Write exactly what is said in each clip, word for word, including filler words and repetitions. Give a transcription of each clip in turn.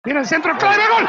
Tira el centro, clave, gol.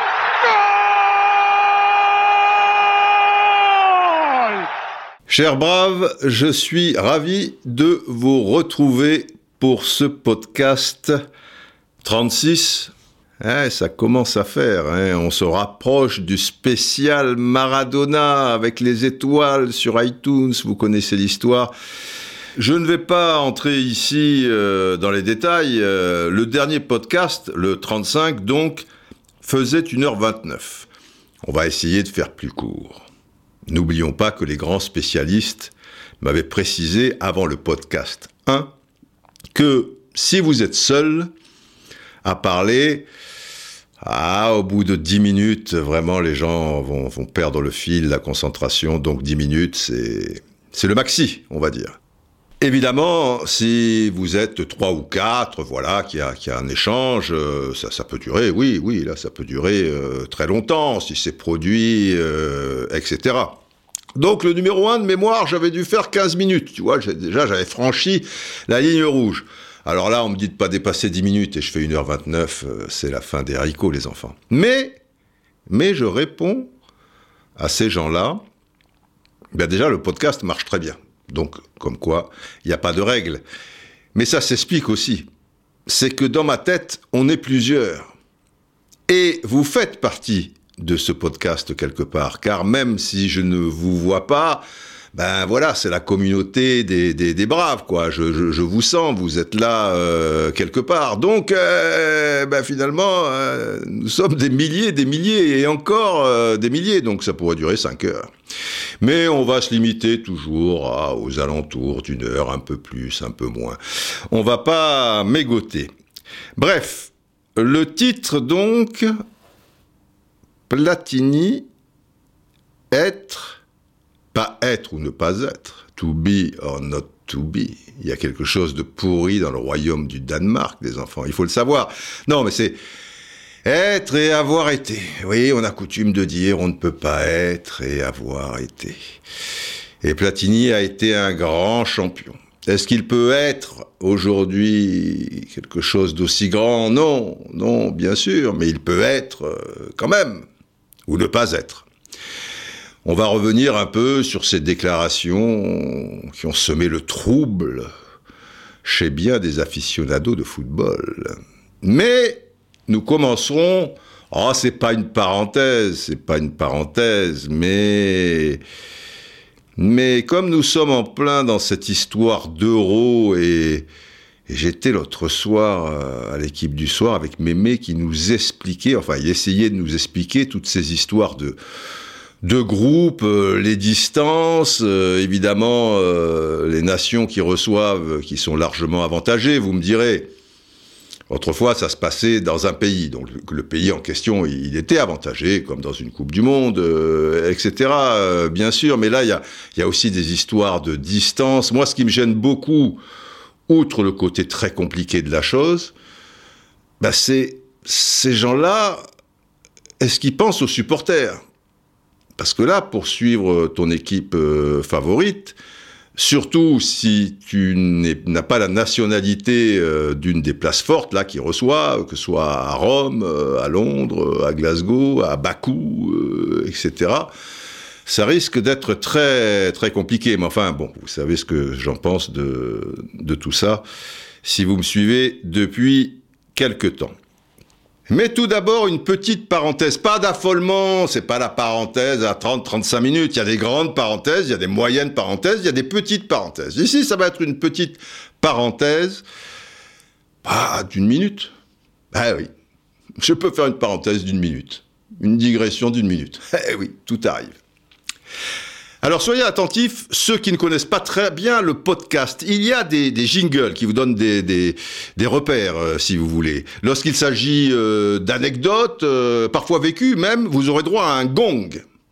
Gol! Chers braves, je suis ravi de vous retrouver pour ce podcast trente-six. Eh, ça commence à faire, hein. On se rapproche du spécial Maradona avec les étoiles sur iTunes, vous connaissez l'histoire. Je ne vais pas entrer ici euh, dans les détails. Euh, le dernier podcast, le trente-cinq donc, faisait une heure vingt-neuf. On va essayer de faire plus court. N'oublions pas que les grands spécialistes m'avaient précisé avant le podcast un que si vous êtes seul à parler, ah, au bout de dix minutes, vraiment les gens vont, vont perdre le fil, la concentration. Donc dix minutes, c'est, c'est le maxi, on va dire. Évidemment, si vous êtes trois ou quatre, voilà, qu'il y a, qu'il y a un échange, euh, ça, ça peut durer, oui, oui, là, ça peut durer euh, très longtemps, si c'est produit, euh, et cetera. Donc, le numéro un de mémoire, j'avais dû faire quinze minutes, tu vois, j'ai, déjà, j'avais franchi la ligne rouge. Alors là, on me dit de pas dépasser dix minutes, et je fais une heure vingt-neuf, euh, c'est la fin des haricots, les enfants. Mais, mais je réponds à ces gens-là, ben déjà, le podcast marche très bien. Donc, comme quoi, il n'y a pas de règle. Mais ça s'explique aussi. C'est que dans ma tête, on est plusieurs. Et vous faites partie de ce podcast quelque part. Car même si je ne vous vois pas, ben voilà, c'est la communauté des, des, des braves, quoi. Je, je, je vous sens, vous êtes là euh, quelque part. Donc, euh, ben finalement, euh, nous sommes des milliers, des milliers et encore euh, des milliers. Donc, ça pourrait durer cinq heures. Mais on va se limiter toujours à, aux alentours d'une heure, un peu plus, un peu moins. On va pas mégoter. Bref, le titre donc, Platini, être... Pas être ou ne pas être, to be or not to be. Il y a quelque chose de pourri dans le royaume du Danemark, les enfants, il faut le savoir. Non, mais c'est être et avoir été. Oui, on a coutume de dire on ne peut pas être et avoir été. Et Platini a été un grand champion. Est-ce qu'il peut être aujourd'hui quelque chose d'aussi grand ? Non, non, bien sûr, mais il peut être quand même, ou ne pas être. On va revenir un peu sur ces déclarations qui ont semé le trouble chez bien des aficionados de football. Mais nous commencerons... Oh, c'est pas une parenthèse, c'est pas une parenthèse, mais... Mais comme nous sommes en plein dans cette histoire d'euro et... Et j'étais l'autre soir à l'équipe du soir avec Mémé qui nous expliquait, enfin, il essayait de nous expliquer toutes ces histoires de... de groupes, euh, les distances, euh, évidemment, euh, les nations qui reçoivent, qui sont largement avantagées, vous me direz. Autrefois, ça se passait dans un pays, donc le, le pays en question, il était avantagé, comme dans une Coupe du Monde, euh, et cetera, euh, bien sûr, mais là, il y a, il y a aussi des histoires de distance. Moi, ce qui me gêne beaucoup, outre le côté très compliqué de la chose, bah, c'est ces gens-là, est-ce qu'ils pensent aux supporters ? Parce que là, pour suivre ton équipe euh, favorite, surtout si tu n'as pas la nationalité euh, d'une des places fortes là qui reçoit, que ce soit à Rome, euh, à Londres, à Glasgow, à Bakou, euh, et cetera, ça risque d'être très très compliqué. Mais enfin, bon, vous savez ce que j'en pense de, de tout ça, si vous me suivez depuis quelque temps. Mais tout d'abord, une petite parenthèse. Pas d'affolement, c'est pas la parenthèse à trente à trente-cinq minutes. Il y a des grandes parenthèses, il y a des moyennes parenthèses, il y a des petites parenthèses. Ici, ça va être une petite parenthèse, ah, d'une minute. Ah oui, je peux faire une parenthèse d'une minute. Une digression d'une minute. Eh oui, tout arrive. Alors, soyez attentifs, ceux qui ne connaissent pas très bien le podcast. Il y a des, des jingles qui vous donnent des, des, des repères, euh, si vous voulez. Lorsqu'il s'agit euh, d'anecdotes, euh, parfois vécues même, vous aurez droit à un gong.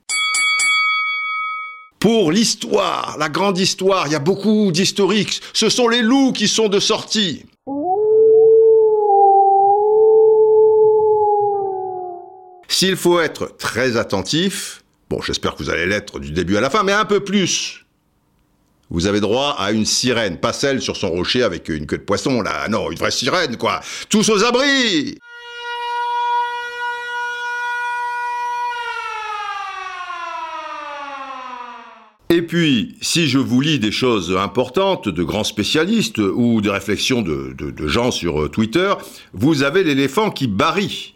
Pour l'histoire, la grande histoire, il y a beaucoup d'historiques. Ce sont les loups qui sont de sortie. S'il faut être très attentif... Bon, j'espère que vous allez l'être du début à la fin, mais un peu plus. Vous avez droit à une sirène, pas celle sur son rocher avec une queue de poisson, là. Non, une vraie sirène, quoi. Tous aux abris! Et puis, si je vous lis des choses importantes de grands spécialistes ou des réflexions de, de, de gens sur Twitter, vous avez l'éléphant qui barille.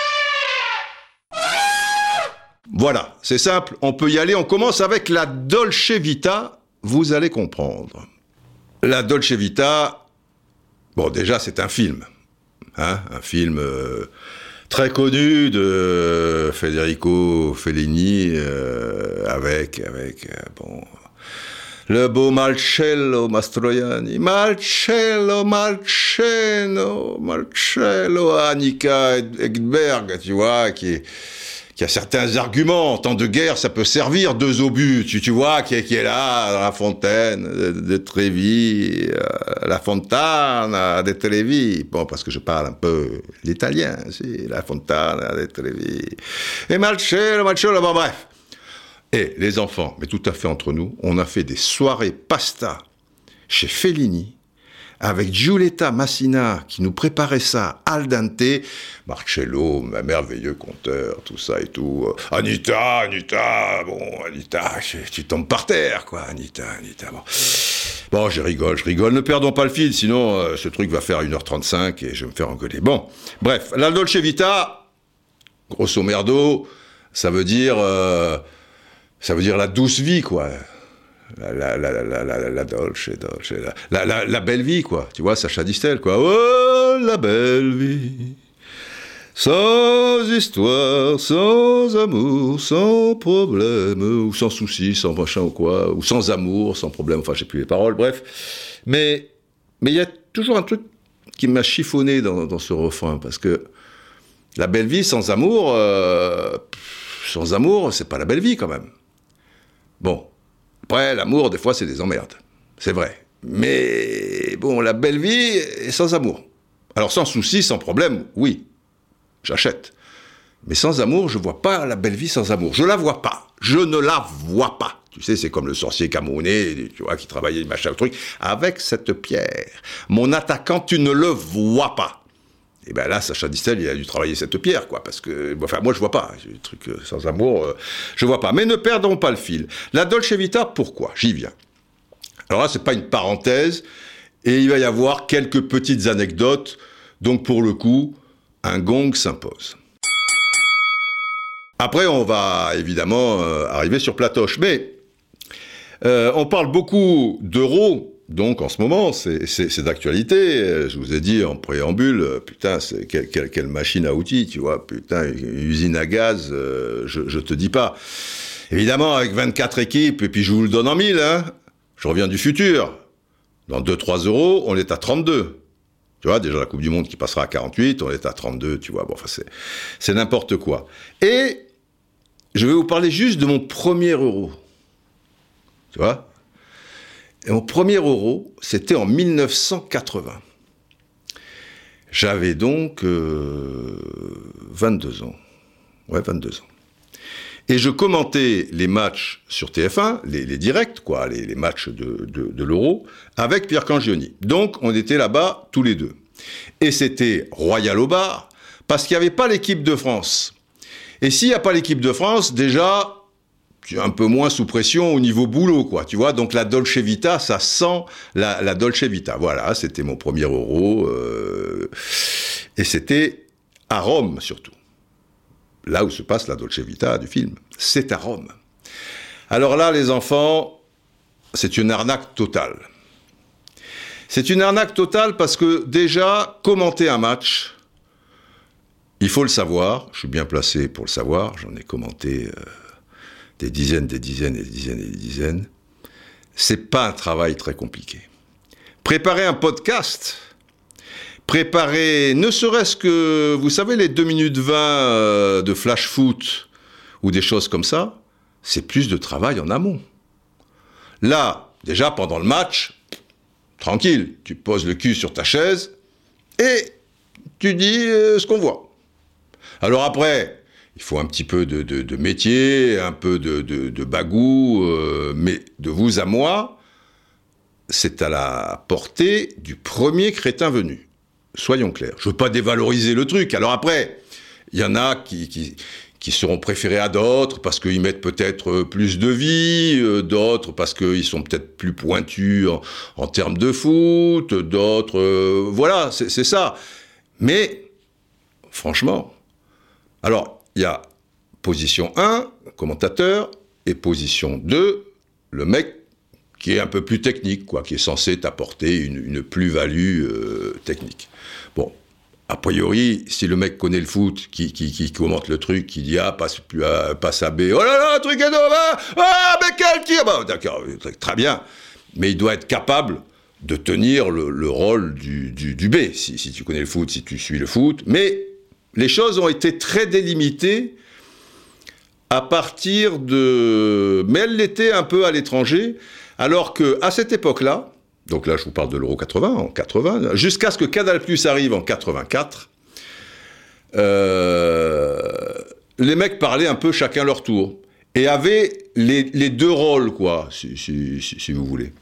Voilà, c'est simple, on peut y aller. On commence avec la Dolce Vita, vous allez comprendre. La Dolce Vita, bon déjà c'est un film, hein, un film euh, très connu de Federico Fellini, euh, avec, avec euh, bon, le beau Marcello Mastroianni, Marcello, Marcello, Marcello, Annika Ekberg, tu vois, qui est... qui a certains arguments, en temps de guerre, ça peut servir, deux obus, tu, tu vois, qui est, qui est là, dans la fontaine de, de Trevi, euh, la fontana de Trevi, bon, parce que je parle un peu l'italien, si, la fontana de Trevi, et Marcello, Marcello, bon, bref. Et les enfants, mais tout à fait entre nous, on a fait des soirées pasta chez Fellini, avec Giulietta Massina, qui nous préparait ça al dente, Marcello, ma merveilleux conteur, tout ça et tout. Anita, Anita, bon, Anita, tu tombes par terre, quoi, Anita, Anita, bon. Bon, je rigole, je rigole, ne perdons pas le fil, sinon euh, ce truc va faire une heure trente-cinq et je vais me faire engueuler. Bon, bref, la Dolce Vita, grosso merdo, ça veut dire, euh, ça veut dire la douce vie, quoi. La, la, la, la, la, la dolce, dolce, la, la, la, la belle vie, quoi. Tu vois, Sacha Distel, quoi. Oh, la belle vie. Sans histoire, sans amour, sans problème, ou sans souci, sans machin ou quoi, ou sans amour, sans problème, enfin, je sais plus les paroles, bref. Mais mais il y a toujours un truc qui m'a chiffonné dans, dans ce refrain, parce que la belle vie sans amour, euh, sans amour, c'est pas la belle vie, quand même. Bon. Après, l'amour, des fois, c'est des emmerdes. C'est vrai. Mais, bon, la belle vie est sans amour. Alors, sans souci, sans problème, oui, j'achète. Mais sans amour, je vois pas la belle vie sans amour. Je la vois pas. Je ne la vois pas. Tu sais, c'est comme le sorcier camerounais, tu vois, qui travaillait, machin, le truc. Avec cette pierre, mon attaquant, tu ne le vois pas. Et ben là, Sacha Distel, il a dû travailler cette pierre, quoi, parce que, enfin, moi, je vois pas. J'ai des trucs euh, sans amour, euh, je vois pas. Mais ne perdons pas le fil. La Dolce Vita, pourquoi ? J'y viens. Alors là, c'est pas une parenthèse, et il va y avoir quelques petites anecdotes, donc pour le coup, un gong s'impose. Après, on va évidemment euh, arriver sur Platoche, mais euh, on parle beaucoup d'euros. Donc, en ce moment, c'est, c'est, c'est d'actualité. Je vous ai dit en préambule, putain, c'est quelle, quelle, quelle machine à outils, tu vois. Putain, une usine à gaz, euh, je, je te dis pas. Évidemment, avec vingt-quatre équipes, et puis je vous le donne en mille, hein. Je reviens du futur. Dans deux à trois euros, on est à trente-deux. Tu vois, déjà la Coupe du Monde qui passera à quarante-huit, on est à trente-deux, tu vois. Bon, enfin, c'est, c'est n'importe quoi. Et je vais vous parler juste de mon premier euro. Tu vois ? Et mon premier euro, c'était en mille neuf cent quatre-vingts. J'avais donc euh, vingt-deux ans. Ouais, vingt-deux ans. Et je commentais les matchs sur T F un, les, les directs, quoi, les, les matchs de, de, de l'Euro, avec Pierre Cangioni. Donc, on était là-bas tous les deux. Et c'était royal au bar, parce qu'il n'y avait pas l'équipe de France. Et s'il n'y a pas l'équipe de France, déjà... tu es un peu moins sous pression au niveau boulot, quoi, tu vois. Donc la Dolce Vita, ça sent la, la Dolce Vita. Voilà, c'était mon premier euro. Euh, et c'était à Rome, surtout. Là où se passe la Dolce Vita du film. C'est à Rome. Alors là, les enfants, c'est une arnaque totale. C'est une arnaque totale parce que déjà, commenter un match, il faut le savoir. Je suis bien placé pour le savoir. J'en ai commenté... Euh, des dizaines, des dizaines et des dizaines et des dizaines, c'est pas un travail très compliqué. Préparer un podcast, préparer ne serait-ce que, vous savez, les deux minutes vingt de flash foot ou des choses comme ça, c'est plus de travail en amont. Là, déjà, pendant le match, tranquille, tu poses le cul sur ta chaise et tu dis euh, ce qu'on voit. Alors après... il faut un petit peu de, de, de métier, un peu de, de, de bagou, euh, mais de vous à moi, c'est à la portée du premier crétin venu. Soyons clairs. Je veux pas dévaloriser le truc. Alors après, il y en a qui, qui, qui seront préférés à d'autres parce qu'ils mettent peut-être plus de vie, euh, d'autres parce qu'ils sont peut-être plus pointus en, en termes de foot, d'autres... Euh, voilà, c'est, c'est ça. Mais, franchement, alors, il y a position un, commentateur, et position deux, le mec qui est un peu plus technique, quoi, qui est censé t'apporter une, une plus-value euh, technique. Bon. A priori, si le mec connaît le foot, qui, qui, qui commente le truc, qui dit « Ah, passe, plus à, passe à B, oh là là, truc est dommage, ah, mais quel tir !» Bon, d'accord, très bien. Mais il doit être capable de tenir le, le rôle du, du, du B, si, si tu connais le foot, si tu suis le foot. Mais les choses ont été très délimitées à partir de... Mais elles l'étaient un peu à l'étranger, alors qu'à cette époque-là, donc là, je vous parle de l'Euro quatre-vingts, en quatre-vingts, jusqu'à ce que Canal+ arrive en quatre-vingt-quatre, euh, les mecs parlaient un peu chacun leur tour, et avaient les, les deux rôles, quoi, si, si, si, si vous voulez.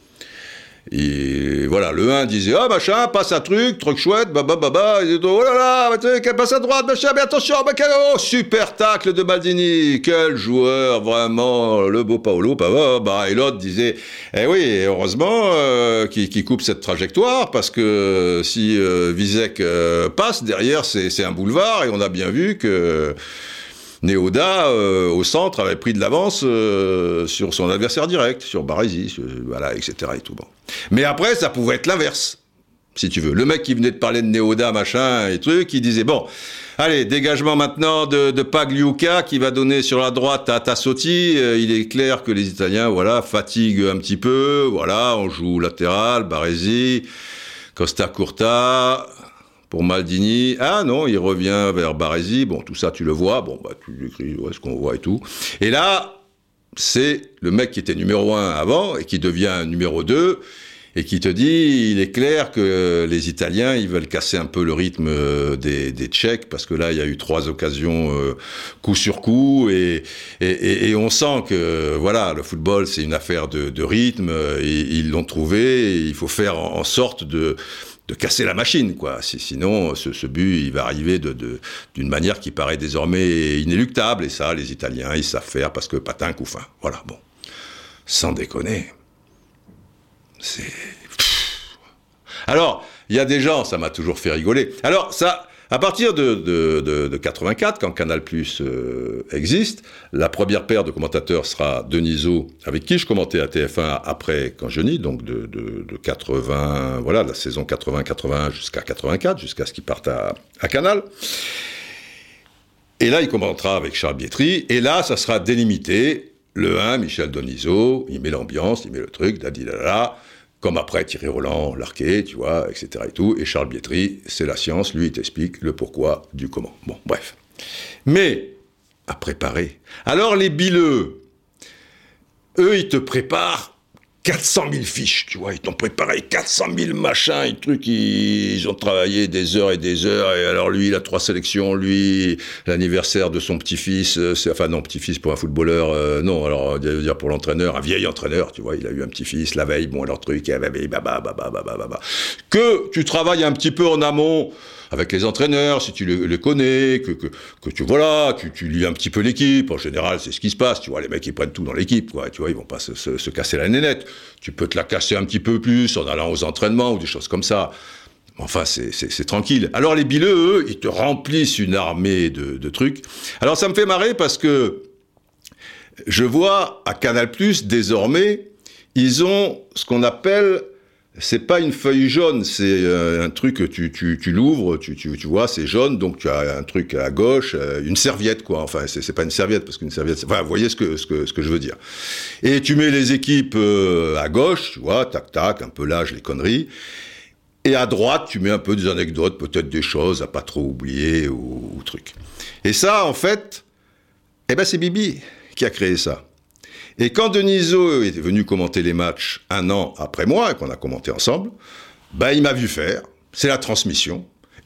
Et voilà, le un disait « Ah, machin, passe un truc, truc chouette, bah, bah, bah, bah, et oh là là, passe à droite, machin, mais attention, bah, quel, oh, super tacle de Maldini, quel joueur, vraiment, le beau Paolo, bah, bah, bah, et l'autre disait « Eh oui, heureusement euh, qu'il, qu'il coupe cette trajectoire, parce que si euh, Vizek euh, passe, derrière, c'est, c'est un boulevard, et on a bien vu que... » Neoda, euh, au centre, avait pris de l'avance euh, sur son adversaire direct, sur Baresi, sur, voilà, et cetera. Et tout, bon. Mais après, ça pouvait être l'inverse, si tu veux. Le mec qui venait de parler de Neoda, machin, et truc, il disait, bon, allez, dégagement maintenant de, de Pagliuca, qui va donner sur la droite à Tassotti. Euh, il est clair que les Italiens, voilà, fatiguent un petit peu, voilà, on joue latéral, Baresi, Costa Curta... Pour Maldini, ah non, il revient vers Baresi, bon, tout ça, tu le vois, bon, bah, tu écris, ouais, ce qu'on voit et tout. Et là, c'est le mec qui était numéro un avant, et qui devient numéro deux, et qui te dit, il est clair que les Italiens, ils veulent casser un peu le rythme des, des Tchèques, parce que là, il y a eu trois occasions euh, coup sur coup, et, et, et, et on sent que, voilà, le football, c'est une affaire de, de rythme, et ils l'ont trouvé, et il faut faire en, en sorte de... de casser la machine, quoi. Sinon, ce, ce but, il va arriver de, de, d'une manière qui paraît désormais inéluctable. Et ça, les Italiens, ils savent faire parce que patin, coup fin. Voilà, bon. Sans déconner. C'est... Pff. Alors, il y a des gens, ça m'a toujours fait rigoler. Alors, ça... À partir de, de, de, de quatre-vingt-quatre, quand Canal+ euh, existe, la première paire de commentateurs sera Denisot, avec qui je commentais à T F un après Cangioni, donc de, de, de quatre-vingts, voilà, la saison quatre-vingts quatre-vingt-un jusqu'à quatre-vingt-quatre, jusqu'à ce qu'il parte à, à Canal. Et là, il commentera avec Charles Bietri, et là, ça sera délimité. Le un, Michel Denisot, il met l'ambiance, il met le truc, dadidala. Comme après Thierry Roland, Larquet, tu vois, et cetera et tout. Et Charles Bietri, c'est la science, lui, il t'explique le pourquoi du comment. Bon, bref. Mais, à préparer. Alors, les bileux, eux, ils te préparent quatre cent mille fiches, tu vois. Ils t'ont préparé quatre cent mille machins et trucs. Ils ont travaillé des heures et des heures. Et alors, lui, il a trois sélections. Lui, l'anniversaire de son petit-fils, c'est, enfin, non, petit-fils pour un footballeur, euh, non, alors, dire pour l'entraîneur, un vieil entraîneur, tu vois, il a eu un petit-fils la veille, bon, alors, truc, baba, baba, baba, baba. Que tu travailles un petit peu en amont avec les entraîneurs, si tu les, les connais, que, que, que tu, voilà, tu, tu lis un petit peu l'équipe. En général, c'est ce qui se passe, tu vois, les mecs, ils prennent tout dans l'équipe, quoi, tu vois, ils vont pas se, se, se casser la nénette. Tu peux te la casser un petit peu plus en allant aux entraînements ou des choses comme ça. Enfin, c'est, c'est, c'est tranquille. Alors, les bileux, eux, ils te remplissent une armée de, de trucs. Alors, ça me fait marrer parce que je vois à Canal+, désormais, ils ont ce qu'on appelle... C'est pas une feuille jaune, c'est euh, un truc que tu, tu, tu l'ouvres, tu, tu, tu vois, c'est jaune, donc tu as un truc à gauche, euh, une serviette, quoi. Enfin, c'est, c'est pas une serviette, parce qu'une serviette, c'est... Enfin, vous voyez ce que, ce que, ce que je veux dire. Et tu mets les équipes euh, à gauche, tu vois, tac, tac, un peu l'âge, les conneries. Et à droite, tu mets un peu des anecdotes, peut-être des choses à pas trop oublier, ou, ou truc. Et ça, en fait, eh ben, c'est Bibi qui a créé ça. Et quand Denisot est venu commenter les matchs un an après moi, et qu'on a commenté ensemble, ben il m'a vu faire, c'est la transmission,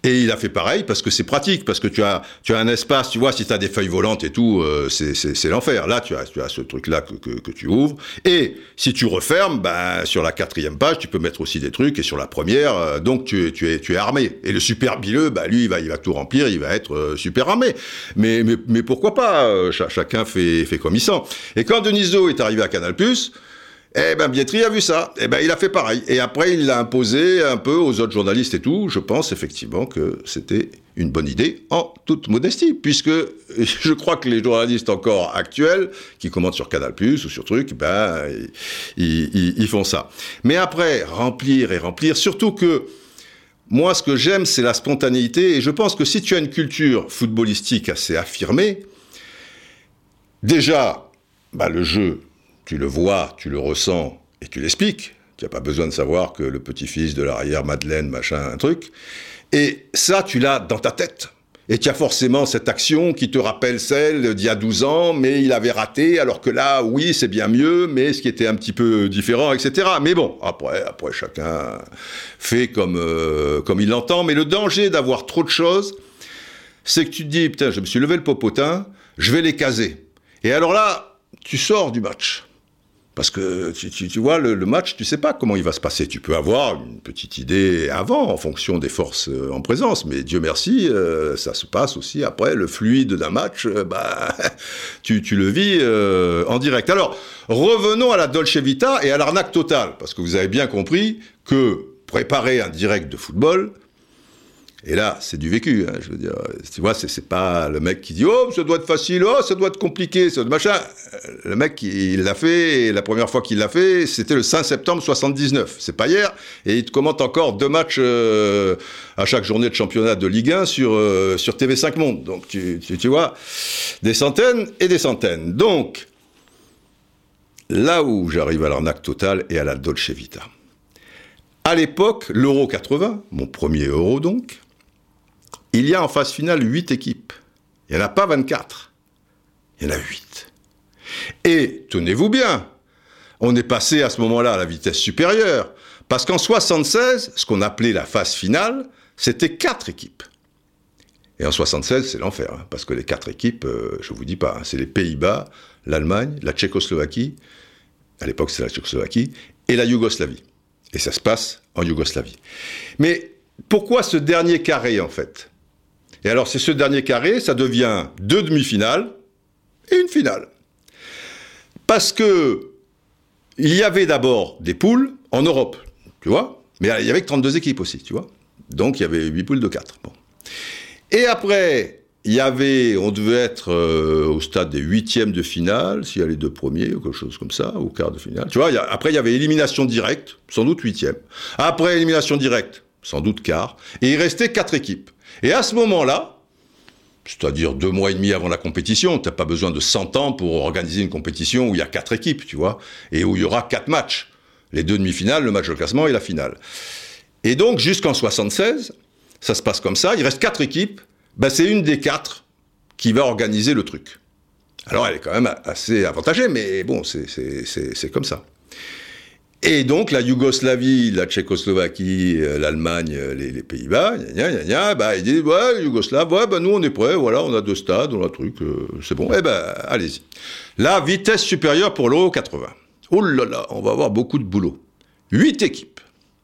Et il a fait pareil parce que c'est pratique, parce que tu as, tu as un espace, tu vois, si tu as des feuilles volantes et tout, euh, c'est, c'est, c'est l'enfer. Là, tu as, tu as ce truc-là que, que, que tu ouvres. Et si tu refermes, ben, sur la quatrième page, tu peux mettre aussi des trucs, et sur la première, euh, donc tu es, tu es, tu es armé. Et le super bileux, ben, lui, il va, il va tout remplir, il va être euh, super armé. Mais, mais, mais pourquoi pas, euh, ch- chacun fait, fait comme il sent. Et quand Denisot est arrivé à Canal+, eh ben, Bietri a vu ça. Eh ben, il a fait pareil. Et après, il l'a imposé un peu aux autres journalistes et tout. Je pense effectivement que c'était une bonne idée, en toute modestie, puisque je crois que les journalistes encore actuels, qui commentent sur Canal+, ou sur truc, ben, ils, ils, ils font ça. Mais après, remplir et remplir, surtout que, moi, ce que j'aime, c'est la spontanéité, et je pense que si tu as une culture footballistique assez affirmée, déjà, ben, le jeu, tu le vois, tu le ressens et tu l'expliques. Tu n'as pas besoin de savoir que le petit-fils de l'arrière, Madeleine, machin, un truc. Et ça, tu l'as dans ta tête. Et tu as forcément cette action qui te rappelle celle d'il y a douze ans, mais il avait raté, alors que là, oui, c'est bien mieux, mais ce qui était un petit peu différent, et cetera. Mais bon, après, après chacun fait comme, euh, comme il l'entend. Mais le danger d'avoir trop de choses, c'est que tu te dis, putain, je me suis levé le popotin, je vais les caser. Et alors là, tu sors du match. Parce que, tu, tu, tu vois, le, le match, tu sais pas comment il va se passer. Tu peux avoir une petite idée avant, en fonction des forces euh, en présence. Mais Dieu merci, euh, ça se passe aussi après. Le fluide d'un match, euh, bah, tu, tu le vis euh, en direct. Alors, revenons à la Dolce Vita et à l'arnaque totale. Parce que vous avez bien compris que préparer un direct de football, et là, c'est du vécu, hein, je veux dire. Tu vois, c'est, c'est pas le mec qui dit « Oh, ça doit être facile, oh, ça doit être compliqué, ça doit être machin ». Le mec, il l'a fait, et la première fois qu'il l'a fait, c'était le cinq septembre soixante-dix-neuf. C'est pas hier. Et il te commente encore deux matchs euh, à chaque journée de championnat de Ligue un sur, euh, sur T V cinq Monde. Donc, tu, tu, tu vois, des centaines et des centaines. Donc, là où j'arrive à l'arnaque totale et à la Dolce Vita. À l'époque, l'Euro quatre-vingts, mon premier Euro donc, il y a en phase finale huit équipes. Il n'y en a pas vingt-quatre. Il y en a huit. Et, tenez-vous bien, on est passé à ce moment-là à la vitesse supérieure. Parce qu'en soixante-seize, ce qu'on appelait la phase finale, c'était quatre équipes. Et en soixante-seize, c'est l'enfer. Hein, parce que les quatre équipes, euh, je ne vous dis pas, hein, c'est les Pays-Bas, l'Allemagne, la Tchécoslovaquie, à l'époque c'est la Tchécoslovaquie, et la Yougoslavie. Et ça se passe en Yougoslavie. Mais pourquoi ce dernier carré, en fait ? Et alors, c'est ce dernier carré, ça devient deux demi-finales et une finale. Parce que il y avait d'abord des poules en Europe, tu vois, mais il y avait que trente-deux équipes aussi, tu vois. Donc, il y avait huit poules de quatre. Bon. Et après, il y avait, on devait être euh, au stade des huitièmes de finale, s'il y a les deux premiers, ou quelque chose comme ça, ou quart de finale. Tu vois, il y a, après, il y avait élimination directe, sans doute huitième. Après, élimination directe, sans doute quart. Et il restait quatre équipes. Et à ce moment-là, c'est-à-dire deux mois et demi avant la compétition, tu n'as pas besoin de cent ans pour organiser une compétition où il y a quatre équipes, tu vois, et où il y aura quatre matchs. Les deux demi-finales, le match de classement et la finale. Et donc, jusqu'en soixante-seize, ça se passe comme ça, il reste quatre équipes, ben c'est une des quatre qui va organiser le truc. Alors, elle est quand même assez avantagée, mais bon, c'est, c'est, c'est, c'est comme ça. Et donc, la Yougoslavie, la Tchécoslovaquie, l'Allemagne, les, les Pays-Bas, gna, gna, gna, bah, ils disent, ouais, Yougoslaves, ouais, bah, nous, on est prêts, voilà, on a deux stades, on a un truc, euh, c'est bon, eh ben, allez-y. La vitesse supérieure pour l'Euro quatre-vingts. Oh là là, on va avoir beaucoup de boulot. Huit équipes.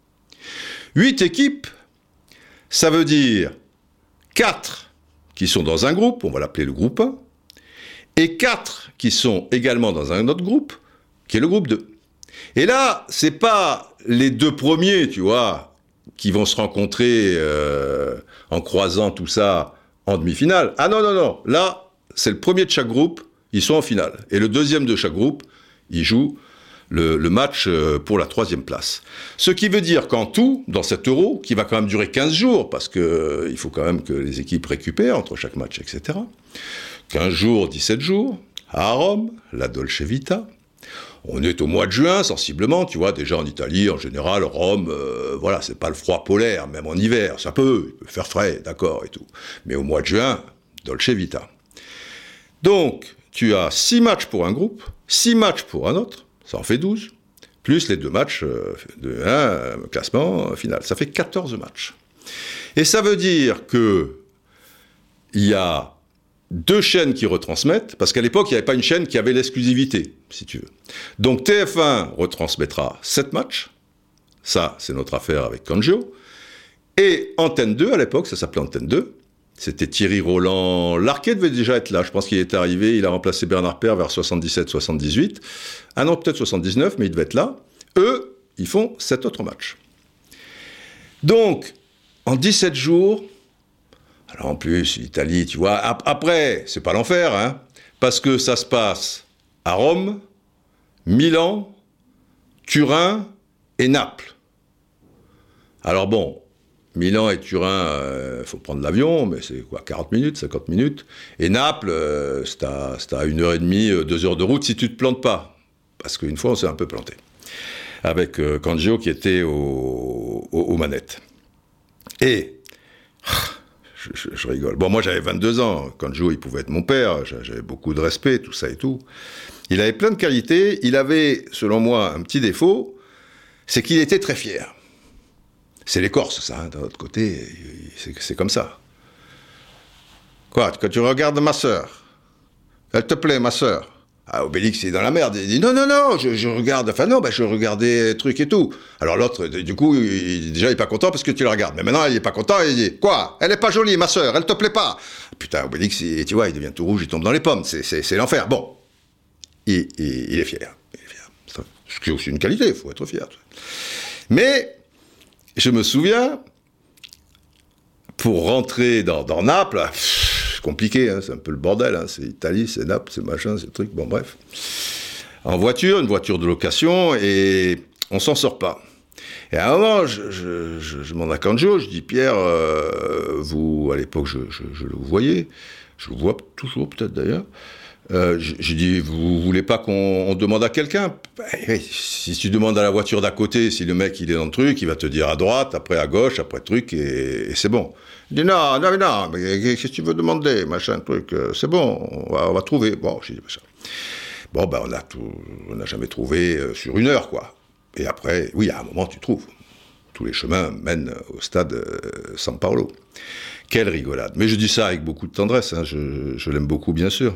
Huit équipes, ça veut dire quatre qui sont dans un groupe, on va l'appeler le groupe un, et quatre qui sont également dans un autre groupe, qui est le groupe deux. Et là, c'est pas les deux premiers, tu vois, qui vont se rencontrer euh, en croisant tout ça en demi-finale. Ah non, non, non. Là, c'est le premier de chaque groupe, ils sont en finale. Et le deuxième de chaque groupe, il joue le, le match pour la troisième place. Ce qui veut dire qu'en tout, dans cet Euro, qui va quand même durer quinze jours, parce qu'il euh, faut quand même que les équipes récupèrent entre chaque match, et cetera. quinze jours, dix-sept jours, à Rome, la Dolce Vita. On est au mois de juin, sensiblement, tu vois, déjà en Italie, en général, Rome, euh, voilà, c'est pas le froid polaire, même en hiver, ça peut, il peut faire frais, d'accord, et tout. Mais au mois de juin, Dolce Vita. Donc, tu as six matchs pour un groupe, six matchs pour un autre, ça en fait douze, plus les deux matchs euh, de un classement final, ça fait quatorze matchs. Et ça veut dire que il y a deux chaînes qui retransmettent, parce qu'à l'époque, il n'y avait pas une chaîne qui avait l'exclusivité, si tu veux. Donc T F un retransmettra sept matchs, ça, c'est notre affaire avec Kangio, et Antenne deux, à l'époque, ça s'appelait Antenne deux, c'était Thierry Roland, Larquet devait déjà être là, je pense qu'il est arrivé, il a remplacé Bernard Père vers soixante-dix-sept soixante-dix-huit, ah non, peut-être soixante-dix-neuf, mais il devait être là. Eux, ils font sept autres matchs. Donc, en dix-sept jours, alors en plus, l'Italie, tu vois, ap- après, c'est pas l'enfer, hein, parce que ça se passe à Rome, Milan, Turin et Naples. Alors bon, Milan et Turin, il euh, faut prendre l'avion, mais c'est quoi, quarante minutes, cinquante minutes. Et Naples, euh, c'est à, c'est à une heure et demie, deux heures de route si tu te plantes pas. Parce qu'une fois, on s'est un peu planté. Avec euh, Kangio qui était au, au, aux manettes. Et... Je, je, je rigole. Bon, moi, j'avais vingt-deux ans. Kangio, il pouvait être mon père. J'avais beaucoup de respect, tout ça et tout. Il avait plein de qualités. Il avait, selon moi, un petit défaut. C'est qu'il était très fier. C'est les Corses, ça. Hein. D'un autre côté, c'est, c'est comme ça. Quoi, quand tu regardes ma sœur, elle te plaît, ma sœur? Ah, Obélix, il est dans la merde. Il dit non, non, non, je, je regarde. Enfin, non, ben, je regardais truc et tout. Alors l'autre, du coup, il, déjà, il est pas content parce que tu le regardes. Mais maintenant, il est pas content. Il dit quoi? Elle est pas jolie, ma sœur. Elle te plaît pas? Putain, Obélix, il, tu vois, il devient tout rouge. Il tombe dans les pommes. C'est, c'est, c'est l'enfer. Bon, il, il, il est fier. Il est fier. Ce qui est aussi une qualité. Il faut être fier. Mais je me souviens, pour rentrer dans, dans Naples. Pff, compliqué, hein, c'est un peu le bordel, hein, c'est Italie, c'est Naples, c'est machin, c'est le truc, bon bref. En voiture, une voiture de location, et on s'en sort pas. Et à un moment, je, je, je, je demande à Kangio, je dis, Pierre, euh, vous, à l'époque, je, je, je le voyais, je le vois toujours peut-être d'ailleurs, euh, je, je dis, vous voulez pas qu'on on demande à quelqu'un? Ben, si tu demandes à la voiture d'à côté, si le mec il est dans le truc, il va te dire à droite, après à gauche, après le truc, et, et c'est bon. Il dit non, non, non, mais qu'est-ce que tu veux demander, machin, truc, c'est bon, on va, on va trouver. Bon, je dis machin. Bon, ben on a tout, on n'a jamais trouvé euh, sur une heure, quoi. Et après, oui, à un moment, tu trouves. Tous les chemins mènent au stade euh, San Paolo. Quelle rigolade. Mais je dis ça avec beaucoup de tendresse, hein, je, je l'aime beaucoup, bien sûr.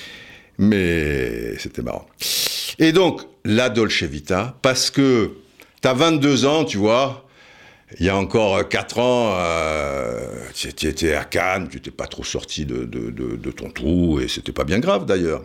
Mais c'était marrant. Et donc, la Dolce Vita, parce que t'as vingt-deux ans, tu vois, il y a encore quatre ans, euh, tu étais à Cannes, tu n'étais pas trop sorti de, de, de, de ton trou, et c'était pas bien grave d'ailleurs.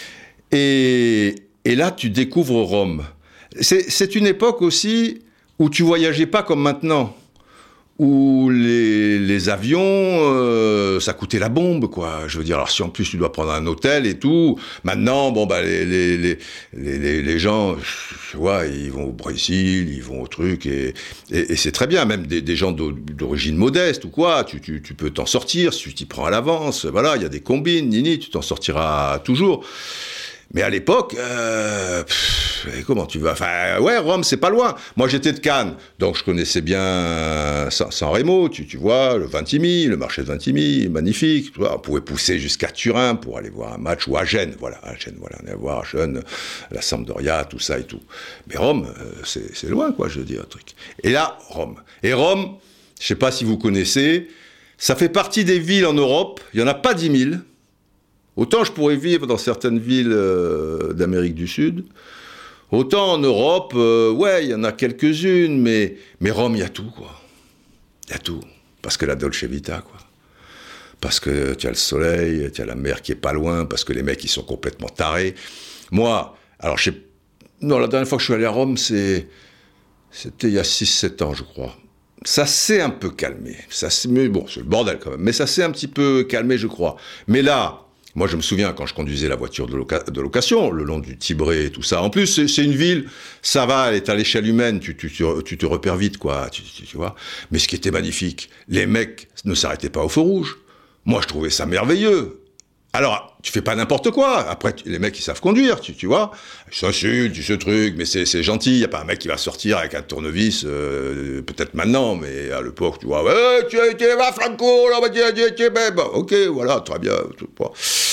Et, et là, tu découvres Rome. C'est, c'est une époque aussi où tu voyageais pas comme maintenant, où les, les avions, euh, ça coûtait la bombe, quoi. Je veux dire, alors si en plus tu dois prendre un hôtel et tout, maintenant, bon, bah, les, les, les, les, les gens, tu vois, ils vont au Brésil, ils vont au truc, et, et, et c'est très bien, même des, des gens d'origine modeste ou quoi, tu, tu, tu peux t'en sortir, si tu t'y prends à l'avance, voilà, il y a des combines, nini, tu t'en sortiras toujours. Mais à l'époque, euh, pff, comment tu vas? Enfin, ouais, Rome, c'est pas loin. Moi, j'étais de Cannes, donc je connaissais bien San, San Remo, tu, tu vois, le Vintimille, le marché de Vintimille, magnifique. Tu vois, on pouvait pousser jusqu'à Turin pour aller voir un match, ou à Gênes, voilà, à Gênes, voilà, on allait voir à Gênes, la Sampdoria, tout ça et tout. Mais Rome, euh, c'est, c'est loin, quoi, je veux dire, un truc. Et là, Rome. Et Rome, je sais pas si vous connaissez, ça fait partie des villes en Europe, il y en a pas dix mille. Autant je pourrais vivre dans certaines villes euh, d'Amérique du Sud, autant en Europe, euh, ouais, il y en a quelques-unes, mais, mais Rome, il y a tout, quoi. Il y a tout. Parce que la Dolce Vita, quoi. Parce que tu as le soleil, tu as la mer qui est pas loin, parce que les mecs, ils sont complètement tarés. Moi, alors, je sais... Non, la dernière fois que je suis allé à Rome, c'est... c'était il y a six sept ans, je crois. Ça s'est un peu calmé. Ça s'est... Mais bon, c'est le bordel, quand même. Mais ça s'est un petit peu calmé, je crois. Mais là... Moi, je me souviens, quand je conduisais la voiture de, loca- de location, le long du Tibré et tout ça. En plus, c'est, c'est une ville, ça va, elle est à l'échelle humaine, tu, tu, tu, tu te repères vite, quoi, tu, tu, tu vois. Mais ce qui était magnifique, les mecs ne s'arrêtaient pas au feu rouge. Moi, je trouvais ça merveilleux. Alors, tu fais pas n'importe quoi. Après, tu, les mecs, ils savent conduire, tu, tu vois. Ils s'insultent, tu ce truc, mais c'est, c'est gentil. Il y a pas un mec qui va sortir avec un tournevis, euh, peut-être maintenant, mais à l'époque, tu vois, ouais, tu es, tu es, va, Franco, là, bah, tu es, tu es, tu es, bah, ok, voilà, très bien, tout, bon.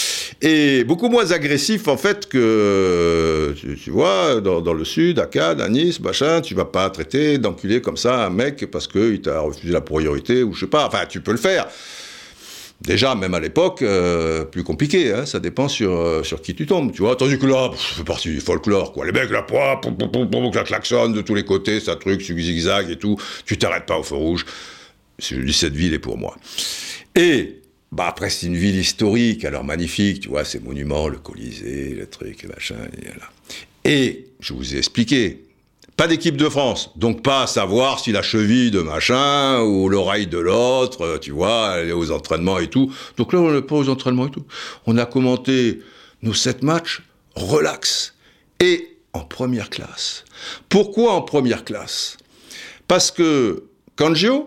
Et beaucoup moins agressif, en fait, que, tu, tu vois, dans, dans le sud, à Cannes, à Nice, machin, tu vas pas traiter d'enculé comme ça un mec parce qu'il t'a refusé la priorité, ou je sais pas, enfin, tu peux le faire. Déjà, même à l'époque, euh, plus compliqué, hein, ça dépend sur, euh, sur qui tu tombes, tu vois. Tandis que là, ça fait partie du folklore, quoi. Les mecs, là, pouf, pouf, pouf, pouf, pouf, la klaxonne de tous les côtés, ça truc, zigzag et tout, tu t'arrêtes pas au feu rouge. Je dis, cette ville est pour moi. Et, bah, après, c'est une ville historique, alors magnifique, tu vois, ces monuments, le Colisée, le truc, le machin, et là. Et, je vous ai expliqué, pas d'équipe de France, donc pas à savoir si la cheville de machin ou l'oreille de l'autre, tu vois, elle est aux entraînements et tout. Donc là, on n'est pas aux entraînements et tout. On a commenté nos sept matchs, relax, et en première classe. Pourquoi en première classe ? Parce que Kangio,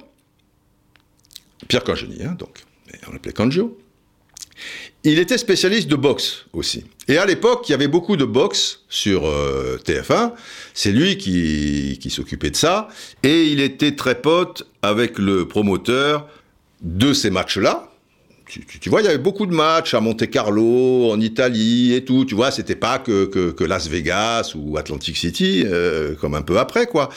Pierre Cangeni, hein, donc, on l'appelait Kangio, il était spécialiste de boxe aussi. Et à l'époque, il y avait beaucoup de boxe sur euh, T F un. C'est lui qui, qui s'occupait de ça. Et il était très pote avec le promoteur de ces matchs-là. Tu, tu, tu vois, il y avait beaucoup de matchs à Monte-Carlo, en Italie et tout. Tu vois, c'était pas que, que, que Las Vegas ou Atlantic City, euh, comme un peu après, quoi.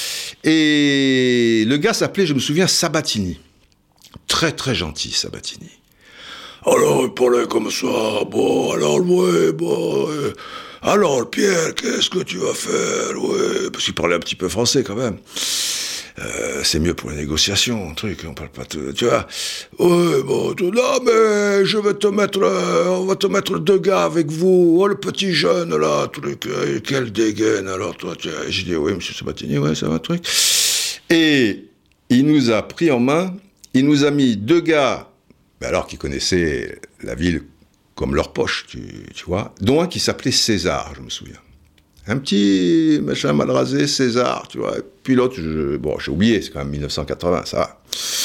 Et le gars s'appelait, je me souviens, Sabatini. Très, très gentil, Sabatini. Alors, il parlait comme ça, bon, alors, ouais, bon, euh, alors, Pierre, qu'est-ce que tu vas faire, ouais, parce qu'il parlait un petit peu français, quand même. Euh, c'est mieux pour les négociations, truc, on parle pas de, tu vois. Ouais, bon, tu, non, mais je vais te mettre, euh, on va te mettre deux gars avec vous, oh, le petit jeune, là, truc, euh, quelle dégaine, alors, toi, tu vois. J'ai dit, oui, monsieur Sabatini, ouais, ça va, truc. Et il nous a pris en main, il nous a mis deux gars, alors qu'ils connaissaient la ville comme leur poche, tu, tu vois, dont un qui s'appelait César, je me souviens. Un petit machin mal rasé, César, tu vois. Et puis l'autre, je, bon, j'ai oublié, c'est quand même mille neuf cent quatre-vingts, ça va.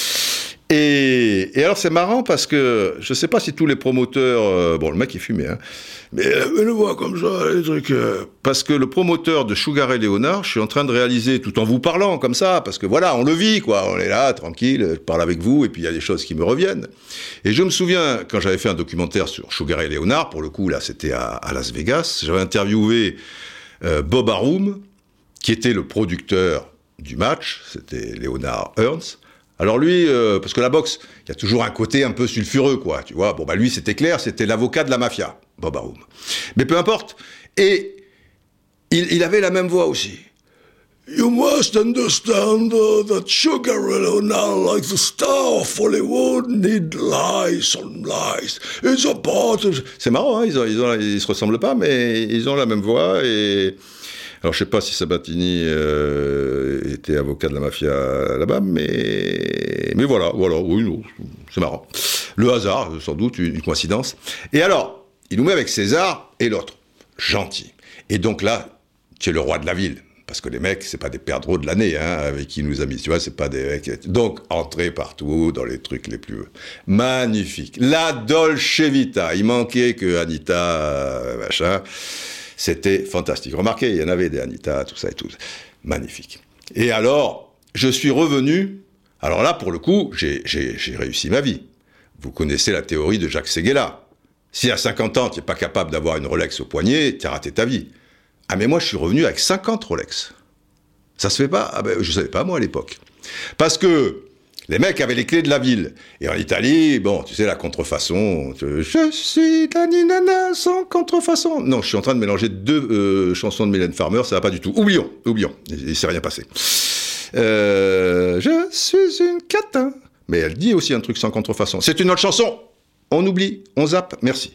Et, et alors c'est marrant parce que, je sais pas si tous les promoteurs, euh, bon, le mec il fumait, hein, mais, mais le voit comme ça, les trucs, euh, parce que le promoteur de Sugar Ray Leonard, je suis en train de réaliser, tout en vous parlant comme ça, parce que voilà, on le vit, quoi, on est là, tranquille, je parle avec vous, et puis il y a des choses qui me reviennent. Et je me souviens, quand j'avais fait un documentaire sur Sugar Ray Leonard, pour le coup, là, c'était à, à Las Vegas, j'avais interviewé euh, Bob Arum, qui était le producteur du match, c'était Leonard Hearns. Alors lui, euh, parce que la boxe, il y a toujours un côté un peu sulfureux, quoi, tu vois. Bon, bah lui, c'était clair, c'était l'avocat de la mafia, Bob Arum. Mais peu importe. Et il, il avait la même voix aussi. You must understand uh, that Sugar Ray Leonard, like the star of Hollywood, need lies on lies. It's a part of... C'est marrant, hein, ils, ont, ils, ont, ils se ressemblent pas, mais ils ont la même voix et... Alors, je ne sais pas si Sabatini euh, était avocat de la mafia là-bas, mais, mais voilà, voilà, oui, non, c'est marrant. Le hasard, sans doute, une coïncidence. Et alors, il nous met avec César et l'autre, gentil. Et donc là, tu es le roi de la ville. Parce que les mecs, c'est pas des perdreaux de l'année, hein, avec qui il nous a mis, tu vois, c'est pas des mecs... Donc, entrer partout, dans les trucs les plus... Magnifique. La Dolce Vita. Il manquait que Anita, machin... C'était fantastique. Remarquez, il y en avait des Anita, tout ça et tout. Magnifique. Et alors, je suis revenu. Alors là, pour le coup, j'ai, j'ai, j'ai réussi ma vie. Vous connaissez la théorie de Jacques Séguéla. Si à cinquante ans, tu n'es pas capable d'avoir une Rolex au poignet, tu as raté ta vie. Ah, mais moi, je suis revenu avec cinquante Rolex. Ça se fait pas? Ah ben, je savais pas, moi, à l'époque. Parce que les mecs avaient les clés de la ville. Et en Italie, bon, tu sais, la contrefaçon... Je suis Dani Nana sans contrefaçon. Non, je suis en train de mélanger deux euh, chansons de Mylène Farmer, ça va pas du tout. Oublions, oublions, il ne s'est rien passé. Euh, je suis une catin. Mais elle dit aussi un truc sans contrefaçon. C'est une autre chanson. On oublie, on zappe, merci.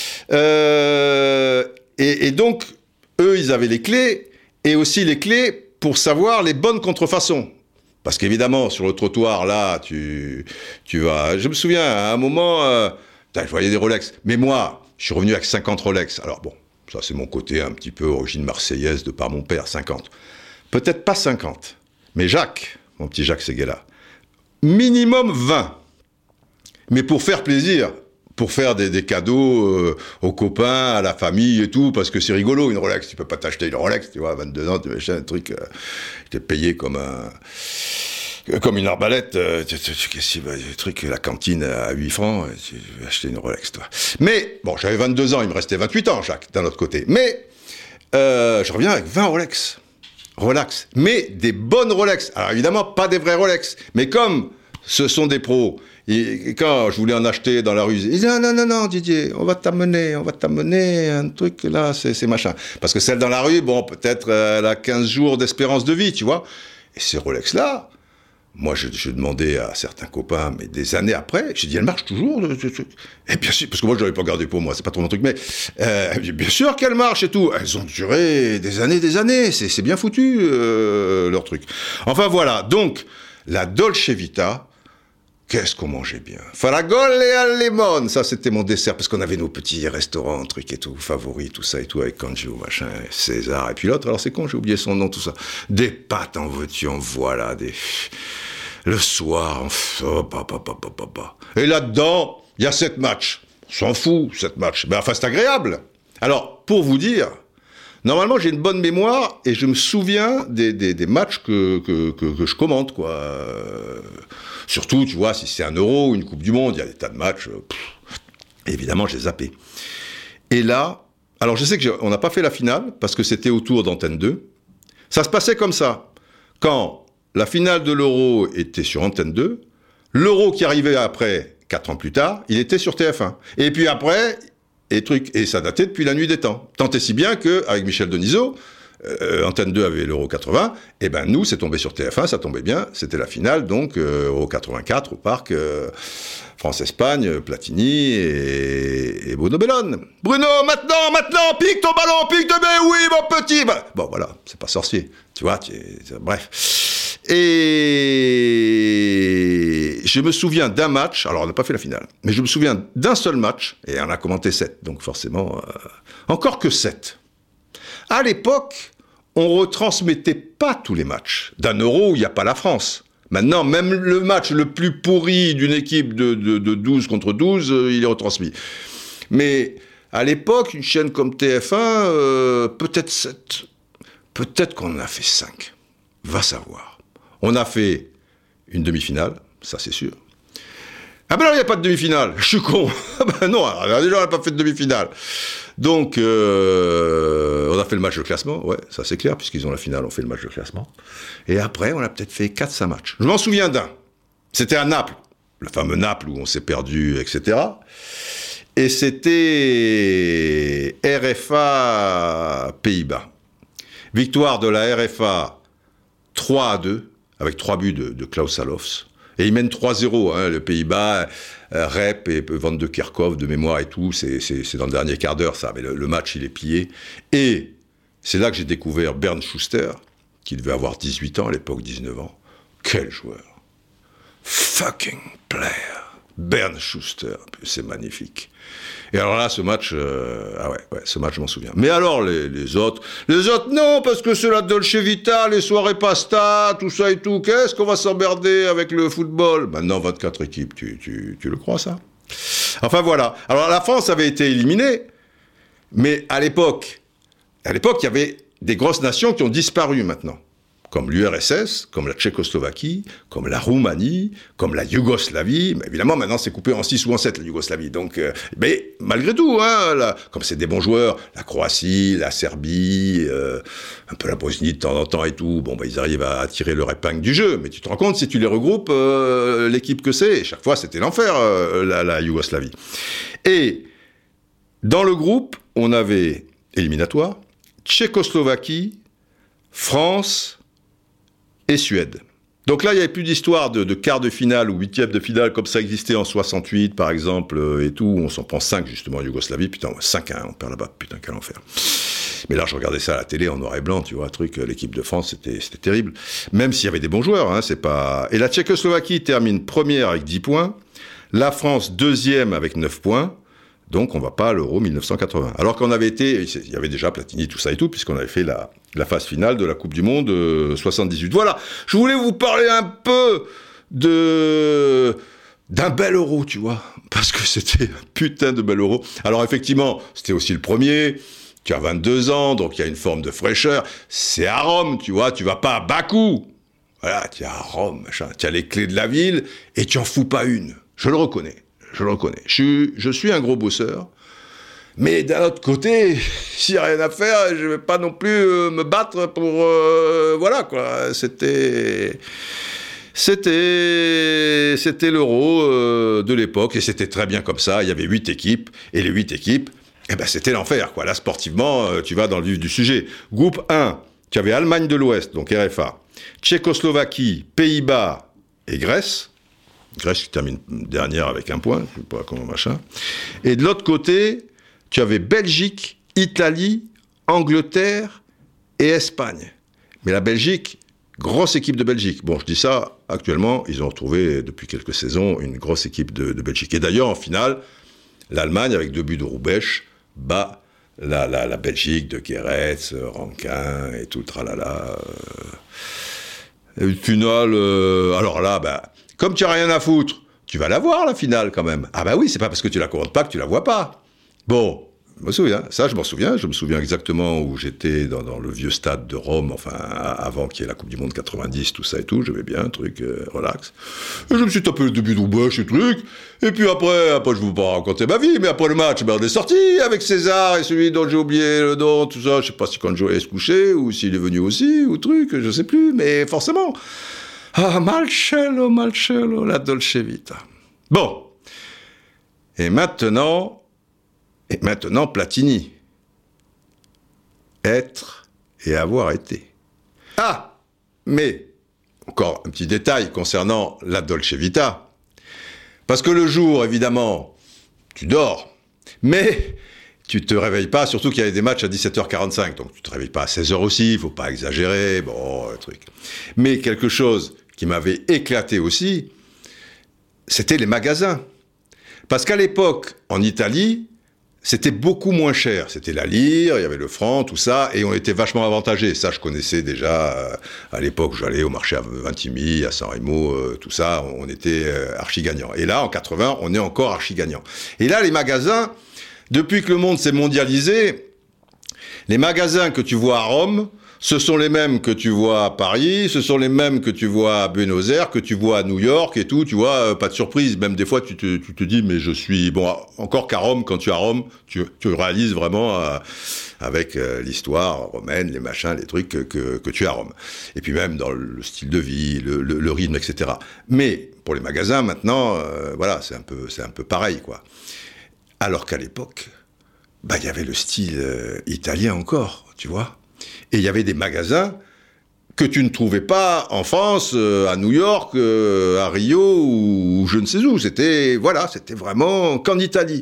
Euh, et, et donc, eux, ils avaient les clés, et aussi les clés pour savoir les bonnes contrefaçons. Parce qu'évidemment, sur le trottoir, là, tu, tu vas... Je me souviens, à un moment, euh, je voyais des Rolex. Mais moi, je suis revenu avec cinquante Rolex. Alors bon, ça c'est mon côté un petit peu origine marseillaise de par mon père, cinquante. Peut-être pas cinquante, mais Jacques, mon petit Jacques Séguéla, minimum vingt. Mais pour faire plaisir, pour faire des, des cadeaux euh, aux copains, à la famille et tout, parce que c'est rigolo, une Rolex, tu peux pas t'acheter une Rolex, tu vois, à vingt-deux ans, tu machin, un truc, euh, t'es payé comme un... comme une arbalète, euh, tu, tu, tu, tu, le truc, la cantine à huit francs, tu vas acheter une Rolex, toi. Mais, bon, j'avais vingt-deux ans, il me restait vingt-huit ans, Jacques, d'un autre côté. Mais, euh, je reviens avec vingt Rolex. Relax. Mais des bonnes Rolex. Alors, évidemment, pas des vrais Rolex. Mais comme ce sont des pros, et quand je voulais en acheter dans la rue, ils disaient, non, non, non, non, Didier, on va t'amener, on va t'amener un truc, là, c'est, c'est machin. Parce que celle dans la rue, bon, peut-être, elle a quinze jours d'espérance de vie, tu vois. Et ces Rolex-là, moi, je, je demandais à certains copains, mais des années après, j'ai dit, elle marche toujours. Et bien sûr, parce que moi, je l'avais pas gardé pour moi, c'est pas trop mon truc, mais euh, bien sûr qu'elle marche et tout. Elles ont duré des années, des années. C'est, c'est bien foutu, euh, leur truc. Enfin, voilà. Donc, la Dolce Vita, qu'est-ce qu'on mangeait bien. Faragole et al limone, ça c'était mon dessert, parce qu'on avait nos petits restaurants, trucs et tout, favoris, tout ça et tout, avec Kanjo, machin, César, et puis l'autre, alors c'est con, j'ai oublié son nom, tout ça. Des pâtes en veux-tu, en voilà, des... Le soir, on... oh, bah, bah, bah, bah, bah, bah. Et là-dedans, il y a sept matchs. On s'en fout, sept matchs. Ben, enfin, c'est agréable. Alors, pour vous dire... Normalement, j'ai une bonne mémoire et je me souviens des, des, des matchs que, que, que, que je commente, quoi. Euh, surtout, tu vois, si c'est un Euro ou une Coupe du Monde, il y a des tas de matchs. Pff, évidemment, j'ai zappé. Et là, alors je sais qu'on n'a pas fait la finale parce que c'était autour d'Antenne deux. Ça se passait comme ça. Quand la finale de l'Euro était sur Antenne deux, l'Euro qui arrivait après, quatre ans plus tard, il était sur T F un. Et puis après... Et, truc, et ça datait depuis la nuit des temps. Tant et si bien qu'avec Michel Denisot, euh, Antenne deux avait l'Euro quatre-vingts, et ben nous, c'est tombé sur T F un, ça tombait bien, c'était la finale, donc, euh, au quatre-vingt-quatre, au parc, euh, France-Espagne, Platini et, et Bruno Bellone. Bruno, maintenant, maintenant, pique ton ballon, pique de mais oui, mon petit. Bah, bon, voilà, c'est pas sorcier, tu vois, tu, bref. Et je me souviens d'un match, alors on n'a pas fait la finale, mais je me souviens d'un seul match, et on a commenté sept, donc forcément, euh, encore que sept. À l'époque, on retransmettait pas tous les matchs d'un Euro où il n'y a pas la France. Maintenant, même le match le plus pourri d'une équipe de, de, de douze contre douze, euh, il est retransmis. Mais à l'époque, une chaîne comme T F un, euh, peut-être sept, peut-être qu'on en a fait cinq, va savoir. On a fait une demi-finale, ça c'est sûr. Ah ben non, il n'y a pas de demi-finale, je suis con. Ah ben non, alors, déjà on n'a pas fait de demi-finale. Donc, euh, on a fait le match de classement, ouais, ça c'est clair, puisqu'ils ont la finale, on fait le match de classement. Et après, on a peut-être fait quatre cinq matchs. Je m'en souviens d'un. C'était à Naples, le fameux Naples où on s'est perdu, et cetera. Et c'était R F A Pays-Bas. Victoire de la R F A trois à deux. Avec trois buts de, de Klaus Salofs. Et ils mènent trois zéro, hein, le Pays-Bas, euh, Rep et Van de Kerkhoff, de mémoire et tout, c'est, c'est, c'est dans le dernier quart d'heure, ça, mais le, le match, il est plié. Et c'est là que j'ai découvert Bernd Schuster, qui devait avoir dix-huit ans à l'époque, dix-neuf ans. Quel joueur! Fucking player! Bernd Schuster, c'est magnifique. Et alors là, ce match, euh, ah ouais, ouais, ce match, je m'en souviens. Mais alors, les, les autres, les autres, non, parce que c'est la Dolce Vita, les soirées pasta, tout ça et tout. Qu'est-ce qu'on va s'emmerder avec le football? Maintenant, vingt-quatre équipes, tu, tu, tu le crois, ça? Enfin, voilà. Alors, la France avait été éliminée, mais à l'époque, à l'époque, il y avait des grosses nations qui ont disparu maintenant. Comme l'U R S S, comme la Tchécoslovaquie, comme la Roumanie, comme la Yougoslavie. Mais évidemment, maintenant, c'est coupé en six ou en sept, la Yougoslavie. Donc, euh, mais malgré tout, hein, là, comme c'est des bons joueurs, la Croatie, la Serbie, euh, un peu la Bosnie de temps en temps et tout, bon, bah, ils arrivent à tirer leur épingle du jeu. Mais tu te rends compte, si tu les regroupes, euh, l'équipe que c'est, et chaque fois, c'était l'enfer, euh, la, la Yougoslavie. Et dans le groupe, on avait éliminatoire, Tchécoslovaquie, France et Suède. Donc là, il n'y avait plus d'histoire de, de quart de finale ou huitième de finale comme ça existait en soixante-huit, par exemple, euh, et tout. On s'en prend cinq, justement, en Yougoslavie. Putain, cinq à un, on perd là-bas. Putain, quel enfer. Mais là, je regardais ça à la télé en noir et blanc, tu vois, truc, l'équipe de France, c'était, c'était terrible. Même s'il y avait des bons joueurs, hein, c'est pas... Et la Tchécoslovaquie termine première avec dix points. La France, deuxième avec neuf points. Donc, on va pas à l'Euro dix-neuf cent quatre-vingts. Alors qu'on avait été, il y avait déjà Platini, tout ça et tout, puisqu'on avait fait la, la phase finale de la Coupe du Monde euh, soixante-dix-huit. Voilà, je voulais vous parler un peu de d'un bel Euro, tu vois, parce que c'était un putain de bel Euro. Alors, effectivement, c'était aussi le premier. Tu as vingt-deux ans, donc il y a une forme de fraîcheur. C'est à Rome, tu vois, tu vas pas à Bakou. Voilà, tu es à Rome, machin, tu as les clés de la ville, et tu en fous pas une. Je le reconnais, je le reconnais. Je suis, je suis un gros bosseur, mais d'un autre côté, s'il n'y a rien à faire, je vais pas non plus euh, me battre pour... Euh, voilà, quoi. C'était... C'était, c'était l'Euro euh, de l'époque, et c'était très bien comme ça. Il y avait huit équipes, et les huit équipes, eh ben, c'était l'enfer, quoi. Là, sportivement, euh, tu vas dans le vif du sujet. Groupe un, tu avais Allemagne de l'Ouest, donc R F A, Tchécoslovaquie, Pays-Bas et Grèce. Grèce qui termine dernière avec un point, je sais pas comment machin. Et de l'autre côté, tu avais Belgique, Italie, Angleterre et Espagne. Mais la Belgique, grosse équipe de Belgique. Bon, je dis ça, actuellement, ils ont retrouvé depuis quelques saisons une grosse équipe de, de Belgique. Et d'ailleurs, en finale, l'Allemagne, avec deux buts de Roubesch, bat la, la, la Belgique de Guéretz, Rankin et tout le tralala. Une finale, euh, alors là, bah, comme tu n'as rien à foutre, tu vas la voir, la finale, quand même. Ah bah oui, c'est pas parce que tu la comptes pas que tu la vois pas. Bon, je me souviens, ça je m'en souviens, je me souviens exactement où j'étais dans, dans le vieux stade de Rome, enfin, avant qu'il y ait la Coupe du Monde quatre-vingt-dix, tout ça et tout, j'aimais bien, un truc euh, relax. Et je me suis tapé le début de Roubaix, et truc, et puis après, après je ne vous pas raconter ma vie, mais après le match, ben, on est sorti avec César et celui dont j'ai oublié le nom, tout ça, je sais pas si quand Joe est se coucher, ou s'il est venu aussi, ou truc, je sais plus, mais forcément. Ah, Marcello, Marcello, la Dolce Vita. Bon. Et maintenant... Et maintenant, Platini. Être et avoir été. Ah, mais, encore un petit détail concernant la Dolce Vita. Parce que le jour, évidemment, tu dors, mais tu te réveilles pas, surtout qu'il y avait des matchs à dix-sept heures quarante-cinq, donc tu te réveilles pas à seize heures aussi, il faut pas exagérer, bon, le truc. Mais quelque chose qui m'avait éclaté aussi, c'était les magasins. Parce qu'à l'époque, en Italie, c'était beaucoup moins cher. C'était la lire, il y avait le franc, tout ça, et on était vachement avantagés. Ça, je connaissais déjà euh, à l'époque, j'allais au marché à Vintimille, à San Remo, euh, tout ça, on était euh, archi gagnants. Et là, en quatre-vingts, on est encore archi gagnants. Et là, les magasins, depuis que le monde s'est mondialisé, les magasins que tu vois à Rome, ce sont les mêmes que tu vois à Paris, ce sont les mêmes que tu vois à Buenos Aires, que tu vois à New York et tout, tu vois, euh, pas de surprise. Même des fois, tu te, tu te dis, mais je suis... Bon, encore qu'à Rome, quand tu es à Rome, tu, tu réalises vraiment, euh, avec euh, l'histoire romaine, les machins, les trucs, que, que, que tu es à Rome. Et puis même dans le style de vie, le, le, le rythme, et cetera. Mais pour les magasins, maintenant, euh, voilà, c'est un peu, c'est un peu pareil, quoi. Alors qu'à l'époque, bah, il y avait le style euh, italien encore, tu vois. Et il y avait des magasins que tu ne trouvais pas en France, euh, à New York, euh, à Rio, ou, ou je ne sais où. C'était, voilà, c'était vraiment qu'en Italie.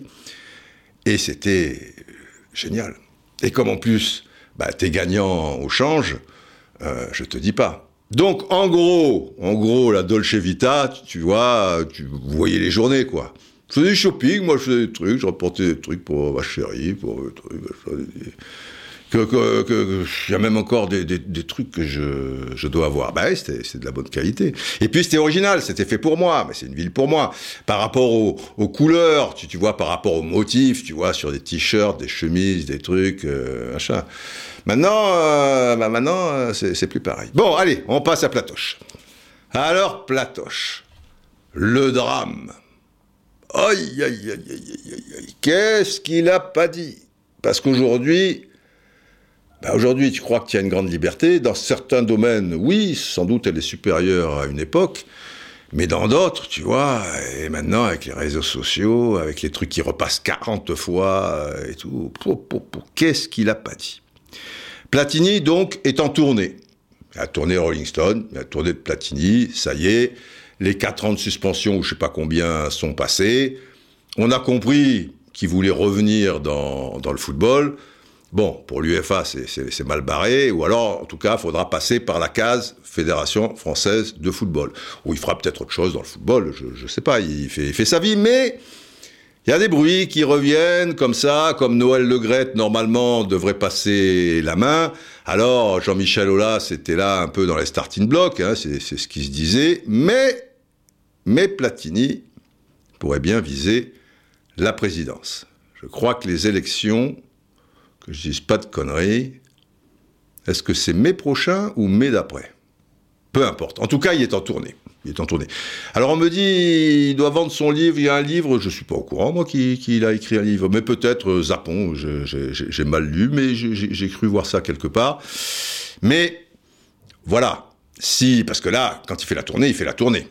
Et c'était génial. Et comme en plus, bah, t'es gagnant au change, euh, je te dis pas. Donc, en gros, en gros, la Dolce Vita, tu vois, tu vous voyez les journées, quoi. Je faisais du shopping, moi je faisais des trucs, je rapportais des trucs pour ma chérie, pour des trucs, que, que, que, il y a même encore des, des, des trucs que je, je dois avoir. Bah oui, c'était, c'était de la bonne qualité. Et puis c'était original, c'était fait pour moi, mais c'est une ville pour moi. Par rapport aux, aux couleurs, tu, tu vois, par rapport aux motifs, tu vois, sur des t-shirts, des chemises, des trucs, euh, machin. Maintenant, euh, bah maintenant, euh, c'est, c'est plus pareil. Bon, allez, on passe à Platoche. Alors, Platoche, le drame. Aïe, aïe, aïe, aïe, aïe, aïe, qu'est-ce qu'il a pas dit? Parce qu'aujourd'hui, bah aujourd'hui, tu crois qu'il y a une grande liberté. Dans certains domaines, oui, sans doute elle est supérieure à une époque. Mais dans d'autres, tu vois, et maintenant, avec les réseaux sociaux, avec les trucs qui repassent quarante fois et tout, pou, pou, pou, qu'est-ce qu'il a pas dit? Platini, donc, est en tournée. Il a tourné Rolling Stone, il a tourné de Platini, ça y est, les quatre ans de suspension, ou je sais pas combien, sont passés. On a compris qu'il voulait revenir dans, dans le football. Bon, pour l'U E F A, c'est, c'est, c'est mal barré, ou alors, en tout cas, il faudra passer par la case Fédération Française de Football. Ou il fera peut-être autre chose dans le football, je ne sais pas, il fait, il fait sa vie, mais il y a des bruits qui reviennent comme ça, comme Noël Le Graët, normalement, devrait passer la main. Alors, Jean-Michel Aulas, c'était là un peu dans les starting blocks, hein, c'est, c'est ce qui se disait, mais, mais Platini pourrait bien viser la présidence. Je crois que les élections... que je dise pas de conneries, est-ce que c'est mai prochain ou mai d'après? Peu importe. En tout cas, il est en tournée. Il est en tournée. Alors on me dit, il doit vendre son livre, il y a un livre, je ne suis pas au courant, moi, qu'il, qu'il a écrit un livre, mais peut-être, euh, zappons, j'ai, j'ai, j'ai mal lu, mais j'ai, j'ai cru voir ça quelque part. Mais, voilà, si, parce que là, quand il fait la tournée, il fait la tournée.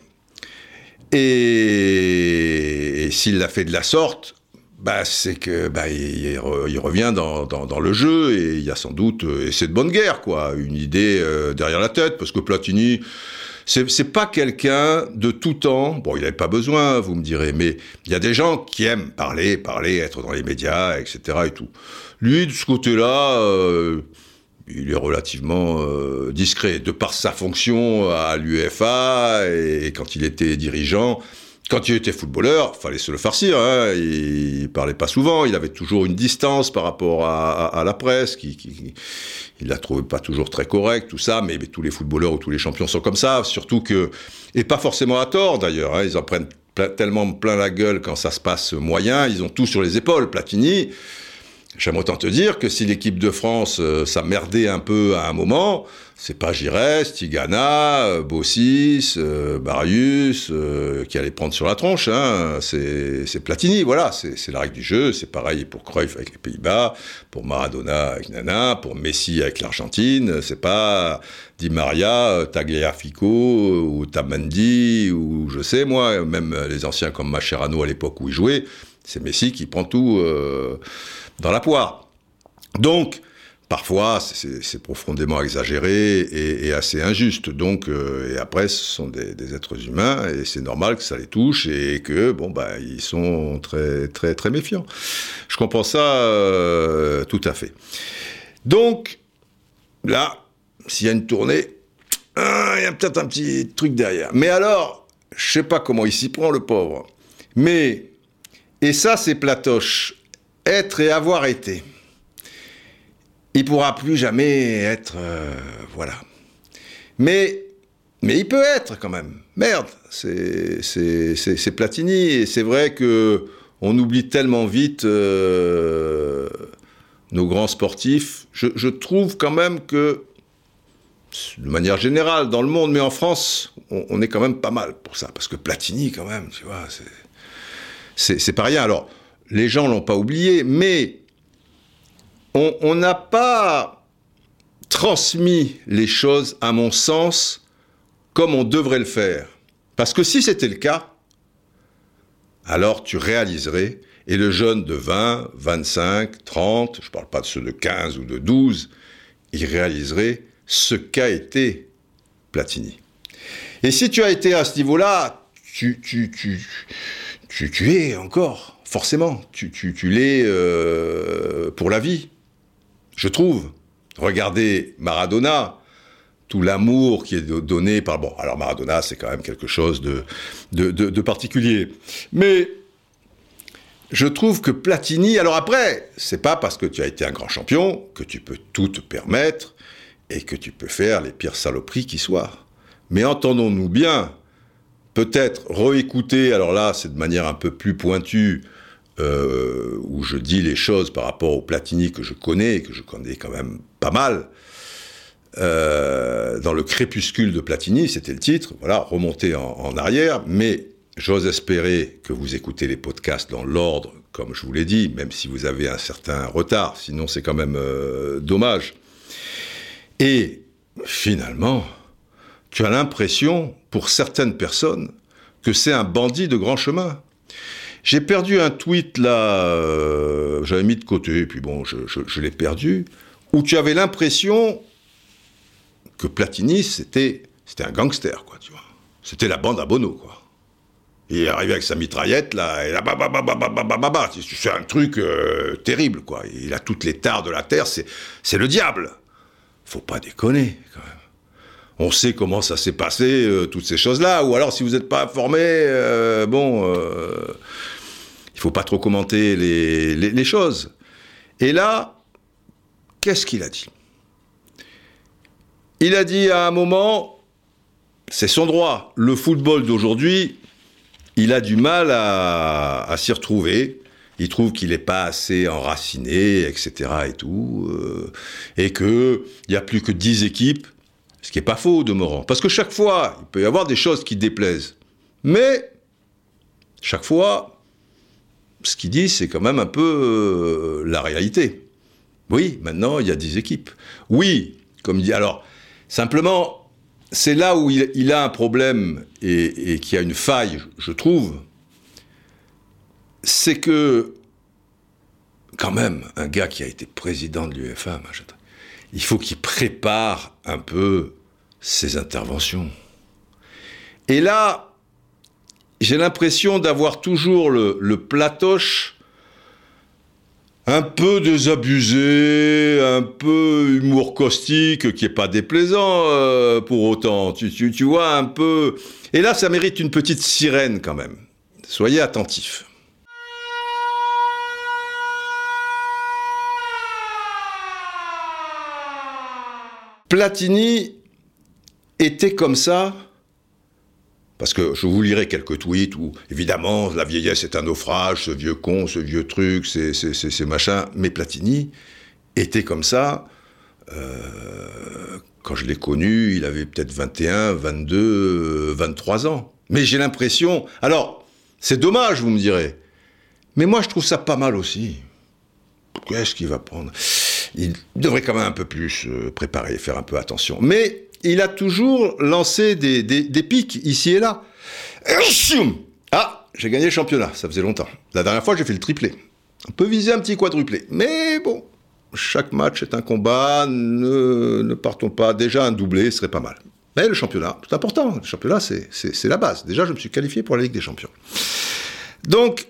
Et, et s'il l'a fait de la sorte, bah, c'est que bah, il, il revient dans, dans, dans le jeu, et il y a sans doute, et c'est de bonne guerre, quoi, une idée euh, derrière la tête, parce que Platini... C'est, c'est pas quelqu'un de tout temps, bon, il n'avait pas besoin, vous me direz, mais il y a des gens qui aiment parler, parler, être dans les médias, et cetera et tout. Lui, de ce côté-là, euh, il est relativement euh, discret, de par sa fonction à l'UEFA, et, et quand il était dirigeant, quand il était footballeur, fallait se le farcir, hein, il parlait pas souvent, il avait toujours une distance par rapport à, à, à la presse, qui... qui il la trouvait pas toujours très correcte, tout ça, mais, mais tous les footballeurs ou tous les champions sont comme ça, surtout que, et pas forcément à tort d'ailleurs, hein, ils en prennent ple- tellement plein la gueule quand ça se passe moyen, ils ont tout sur les épaules. Platini, j'aimerais autant te dire que si l'équipe de France, euh, ça merdait un peu à un moment, c'est pas Giresse, Tigana, euh, Bossis, euh, Barrius, euh, qui allaient prendre sur la tronche, hein. c'est, c'est Platini, voilà, c'est, c'est la règle du jeu, c'est pareil pour Cruyff avec les Pays-Bas, pour Maradona avec Nana, pour Messi avec l'Argentine, c'est pas Di Maria, Tagliafico, ou Tamendi, ou je sais moi, même les anciens comme Mascherano à l'époque où il jouait, c'est Messi qui prend tout euh, dans la poire. Donc, parfois, c'est, c'est profondément exagéré et, et assez injuste. Donc, euh, et après, ce sont des, des êtres humains et c'est normal que ça les touche et que, bon, bah, ils sont très, très, très méfiants. Je comprends ça euh, tout à fait. Donc, là, s'il y a une tournée, euh, il y a peut-être un petit truc derrière. Mais alors, je sais pas comment il s'y prend, le pauvre. Mais, et ça, c'est Platoche. Être et avoir été. Il pourra plus jamais être... Euh, voilà. Mais, mais il peut être, quand même. Merde, c'est, c'est, c'est, c'est Platini. Et c'est vrai qu'on oublie tellement vite euh, nos grands sportifs. Je, je trouve quand même que, de manière générale, dans le monde, mais en France, on, on est quand même pas mal pour ça. Parce que Platini, quand même, tu vois, c'est, c'est, c'est pas rien. Alors, les gens l'ont pas oublié, mais... On n'a pas transmis les choses, à mon sens, comme on devrait le faire. Parce que si c'était le cas, alors tu réaliserais, et le jeune de vingt, vingt-cinq, trente, je ne parle pas de ceux de quinze ou de douze, il réaliserait ce qu'a été Platini. Et si tu as été à ce niveau-là, tu, tu, tu, tu, tu es encore, forcément, tu, tu, tu l'es euh, pour la vie. Je trouve, regardez Maradona, tout l'amour qui est donné par... Bon, alors Maradona, c'est quand même quelque chose de, de, de, de particulier. Mais je trouve que Platini... Alors après, c'est pas parce que tu as été un grand champion que tu peux tout te permettre et que tu peux faire les pires saloperies qui soient. Mais entendons-nous bien, peut-être réécouter, alors là, c'est de manière un peu plus pointue, Euh, où je dis les choses par rapport au Platini que je connais, et que je connais quand même pas mal, euh, dans le crépuscule de Platini, c'était le titre, voilà, remonter en, en arrière, mais j'ose espérer que vous écoutez les podcasts dans l'ordre, comme je vous l'ai dit, même si vous avez un certain retard, sinon c'est quand même euh, dommage. Et finalement, tu as l'impression, pour certaines personnes, que c'est un bandit de grand chemin. J'ai perdu un tweet, là, euh, j'avais mis de côté, puis bon, je, je, je l'ai perdu, où tu avais l'impression que Platini, c'était, c'était un gangster, quoi, tu vois. C'était la bande à Bono, quoi. Il est arrivé avec sa mitraillette, là, et là, bah, bah, bah, bah, bah, bah, bah, bah, c'est un truc euh, terrible, quoi. Il a toutes les tares de la terre, c'est, c'est le diable. Faut pas déconner, quand même. On sait comment ça s'est passé, euh, toutes ces choses-là, ou alors, si vous n'êtes pas informé, euh, bon... Euh, il ne faut pas trop commenter les, les, les choses. Et là, qu'est-ce qu'il a dit ? Il a dit à un moment, c'est son droit, le football d'aujourd'hui, il a du mal à, à s'y retrouver. Il trouve qu'il n'est pas assez enraciné, et cetera et tout. Euh, et qu'il n'y a plus que dix équipes. Ce qui n'est pas faux, demeurant. Parce que chaque fois, il peut y avoir des choses qui déplaisent. Mais, chaque fois, ce qu'il dit, c'est quand même un peu euh, la réalité. Oui, maintenant, il y a dix équipes. Oui, comme il dit... Alors, simplement, c'est là où il, il a un problème et, et qu'il y a une faille, je trouve. C'est que, quand même, un gars qui a été président de l'U E F A, il faut qu'il prépare un peu ses interventions. Et là, j'ai l'impression d'avoir toujours le, le platoche un peu désabusé, un peu humour caustique, qui n'est pas déplaisant euh, pour autant. Tu, tu, tu vois, un peu... Et là, ça mérite une petite sirène quand même. Soyez attentifs. Platini était comme ça, parce que je vous lirai quelques tweets où, évidemment, la vieillesse est un naufrage, ce vieux con, ce vieux truc, c'est, c'est, c'est, c'est machin, mais Platini était comme ça. Euh, quand je l'ai connu, il avait peut-être vingt et un, vingt-deux, vingt-trois ans. Mais j'ai l'impression... Alors, c'est dommage, vous me direz, mais moi, je trouve ça pas mal aussi. Qu'est-ce qu'il va prendre ? Il devrait quand même un peu plus euh, préparer, faire un peu attention. Mais il a toujours lancé des, des, des pics, ici et là. Ah, j'ai gagné le championnat, ça faisait longtemps. La dernière fois, j'ai fait le triplé. On peut viser un petit quadruplé. Mais bon, chaque match est un combat, ne, ne partons pas. Déjà, un doublé serait pas mal. Mais le championnat, c'est important. Le championnat, c'est, c'est, c'est la base. Déjà, je me suis qualifié pour la Ligue des Champions. Donc,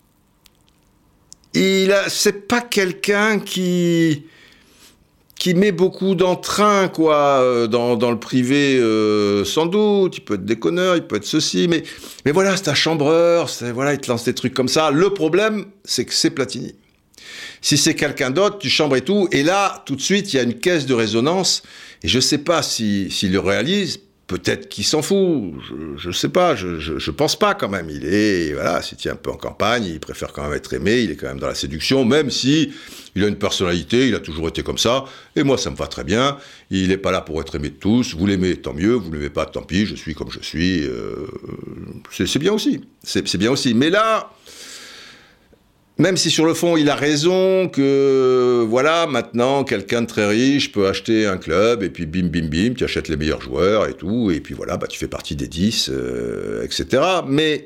il a, c'est pas quelqu'un qui... qui met beaucoup d'entrain, quoi, dans, dans le privé, euh, sans doute. Il peut être déconneur, il peut être ceci, mais, mais voilà, c'est un chambreur, c'est, voilà, il te lance des trucs comme ça. Le problème, c'est que c'est Platini. Si c'est quelqu'un d'autre, tu chambres et tout, et là, tout de suite, il y a une caisse de résonance, et je sais pas si, s'il le réalise, peut-être qu'il s'en fout, je, je sais pas, je, je, je pense pas quand même. Il est, voilà, s'il tient un peu en campagne, il préfère quand même être aimé, il est quand même dans la séduction, même si il a une personnalité, il a toujours été comme ça, et moi ça me va très bien, il n'est pas là pour être aimé de tous, vous l'aimez, tant mieux, vous l'aimez pas, tant pis, je suis comme je suis, euh, c'est, c'est bien aussi, c'est, c'est bien aussi, mais là... Même si sur le fond, il a raison que, voilà, maintenant, quelqu'un de très riche peut acheter un club, et puis bim, bim, bim, tu achètes les meilleurs joueurs et tout, et puis voilà, bah, tu fais partie des dix, euh, et cetera. Mais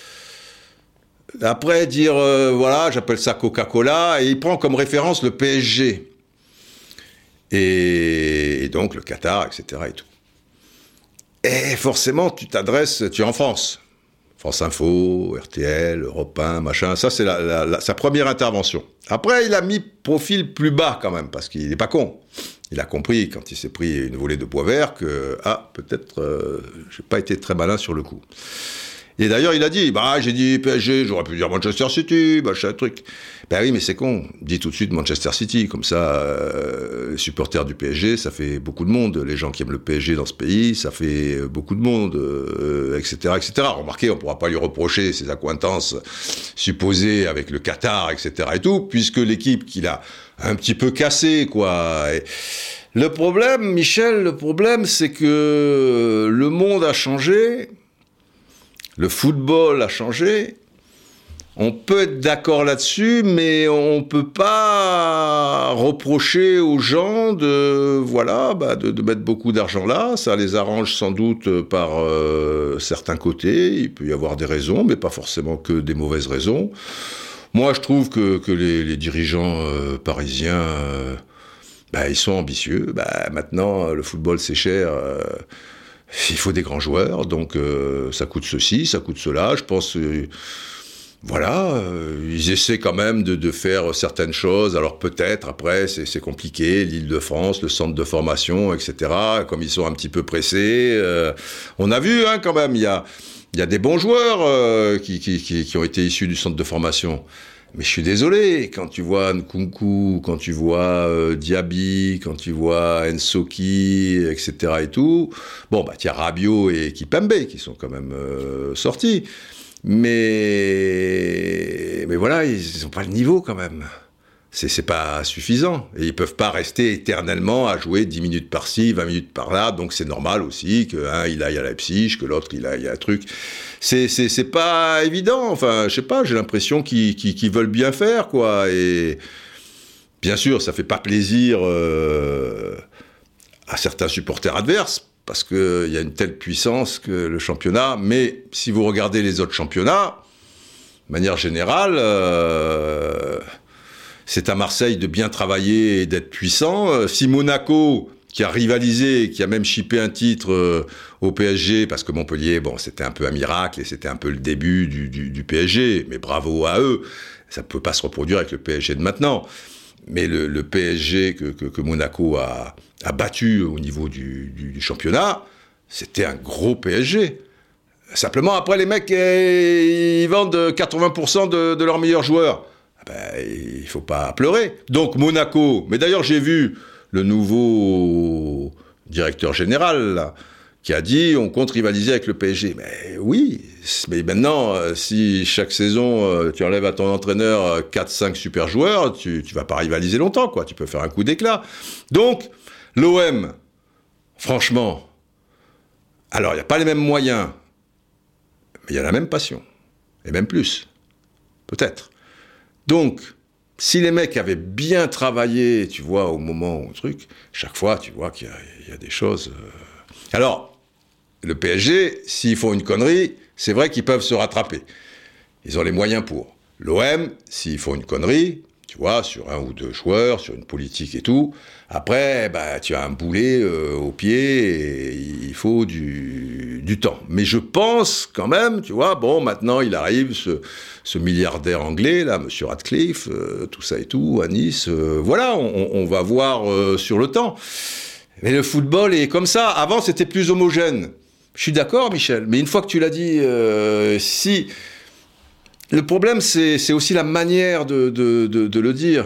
après, dire, euh, voilà, j'appelle ça Coca-Cola, et il prend comme référence le P S G. Et, et donc le Qatar, et cetera. Et tout. Et forcément, tu t'adresses, tu es en France. France Info, R T L, Europe un, machin, ça c'est la, la, la, sa première intervention. Après, il a mis profil plus bas quand même, parce qu'il n'est pas con. Il a compris, quand il s'est pris une volée de bois vert, que, ah, peut-être, euh, j'ai pas été très malin sur le coup. Et d'ailleurs, il a dit, bah, j'ai dit P S G, j'aurais pu dire Manchester City, machin, truc. Ben oui, mais c'est con. Dis tout de suite Manchester City, comme ça, euh, les supporters du P S G, ça fait beaucoup de monde. Les gens qui aiment le P S G dans ce pays, ça fait beaucoup de monde, euh, et cetera, et cetera. Remarquez, on pourra pas lui reprocher ses accointances supposées avec le Qatar, et cetera et tout, puisque l'équipe qu'il a un petit peu cassée, quoi. Et le problème, Michel, le problème, c'est que le monde a changé. Le football a changé. On peut être d'accord là-dessus, mais on peut pas reprocher aux gens de, voilà, bah de, de mettre beaucoup d'argent là. Ça les arrange sans doute par euh, certains côtés. Il peut y avoir des raisons, mais pas forcément que des mauvaises raisons. Moi, je trouve que, que les, les dirigeants euh, parisiens, euh, bah, ils sont ambitieux. Bah, maintenant, le football, c'est cher. Euh, Il faut des grands joueurs, donc euh, ça coûte ceci, ça coûte cela. Je pense, euh, voilà, euh, ils essaient quand même de, de faire certaines choses. Alors peut-être, après, c'est, c'est compliqué, l'Île-de-France, le centre de formation, et cetera. Comme ils sont un petit peu pressés. Euh, on a vu, hein, quand même, il y a, il y a des bons joueurs euh, qui, qui, qui, qui ont été issus du centre de formation. Mais je suis désolé, quand tu vois Nkunku, quand tu vois euh, Diaby, quand tu vois Ensoki, et cetera et tout, bon, bah, tu as Rabiot et Kipembe qui sont quand même euh, sortis. Mais, mais voilà, ils n'ont pas le niveau quand même. C'est, c'est pas suffisant. Et ils peuvent pas rester éternellement à jouer dix minutes par-ci, vingt minutes par-là. Donc c'est normal aussi qu'un hein, il aille à Leipzig, que l'autre il aille à un truc. C'est, c'est, c'est pas évident. Enfin, je sais pas, j'ai l'impression qu'ils, qu'ils, qu'ils veulent bien faire, quoi. Et bien sûr, ça fait pas plaisir euh, à certains supporters adverses, parce qu'il y a une telle puissance que le championnat. Mais si vous regardez les autres championnats, de manière générale, euh, c'est à Marseille de bien travailler et d'être puissant. Si Monaco, qui a rivalisé, qui a même chippé un titre euh, au P S G, parce que Montpellier, bon, c'était un peu un miracle et c'était un peu le début du, du, du P S G, mais bravo à eux. Ça ne peut pas se reproduire avec le P S G de maintenant. Mais le, le P S G que, que, que Monaco a, a battu au niveau du, du, du championnat, c'était un gros P S G. Simplement, après, les mecs, eh, ils vendent quatre-vingts pour cent de, de leurs meilleurs joueurs. Ben, il ne faut pas pleurer. Donc Monaco, mais d'ailleurs j'ai vu le nouveau directeur général là, qui a dit on compte rivaliser avec le P S G. Mais oui, mais maintenant si chaque saison tu enlèves à ton entraîneur quatre cinq super joueurs, tu ne vas pas rivaliser longtemps, quoi. Tu peux faire un coup d'éclat. Donc l'O M, franchement, alors il n'y a pas les mêmes moyens, mais il y a la même passion, et même plus, peut-être. Donc, si les mecs avaient bien travaillé, tu vois, au moment où le truc, chaque fois, tu vois qu'il y a, il y a des choses... Euh... Alors, le P S G, s'ils font une connerie, c'est vrai qu'ils peuvent se rattraper. Ils ont les moyens pour. L'O M, s'ils font une connerie, tu vois, sur un ou deux joueurs, sur une politique et tout, après, bah, tu as un boulet euh, au pied et il faut du, du temps. Mais je pense quand même, tu vois, bon, maintenant il arrive ce, ce milliardaire anglais, là, Monsieur Radcliffe, euh, tout ça et tout, à Nice, euh, voilà, on, on va voir euh, sur le temps. Mais le football est comme ça. Avant, c'était plus homogène. Je suis d'accord, Michel, mais une fois que tu l'as dit, euh, si... Le problème, c'est, c'est aussi la manière de, de, de, de le dire.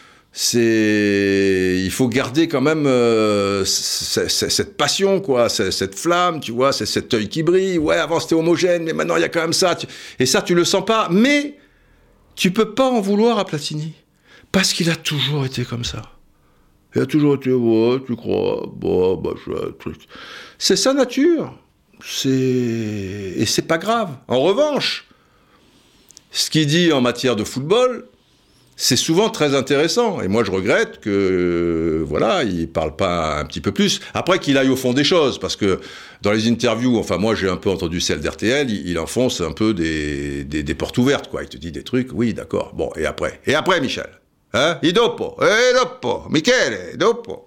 C'est, il faut garder quand même euh, c- c- cette passion, quoi, c- cette flamme, tu vois, c'est cet œil qui brille. Ouais, avant c'était homogène, mais maintenant il y a quand même ça. Tu... Et ça, tu le sens pas. Mais tu peux pas en vouloir à Platini, parce qu'il a toujours été comme ça. Il a toujours été, ouais, tu crois, bon, bah, je un truc. C'est sa nature. C'est et c'est pas grave. En revanche, ce qu'il dit en matière de football, c'est souvent très intéressant. Et moi, je regrette que, euh, voilà, il parle pas un petit peu plus. Après, qu'il aille au fond des choses, parce que dans les interviews, enfin, moi, j'ai un peu entendu celle d'R T L, il, il enfonce un peu des, des, des portes ouvertes, quoi. Il te dit des trucs, oui, d'accord. Bon, et après Et après, Michel hein Et dopo Et dopo Michele, dopo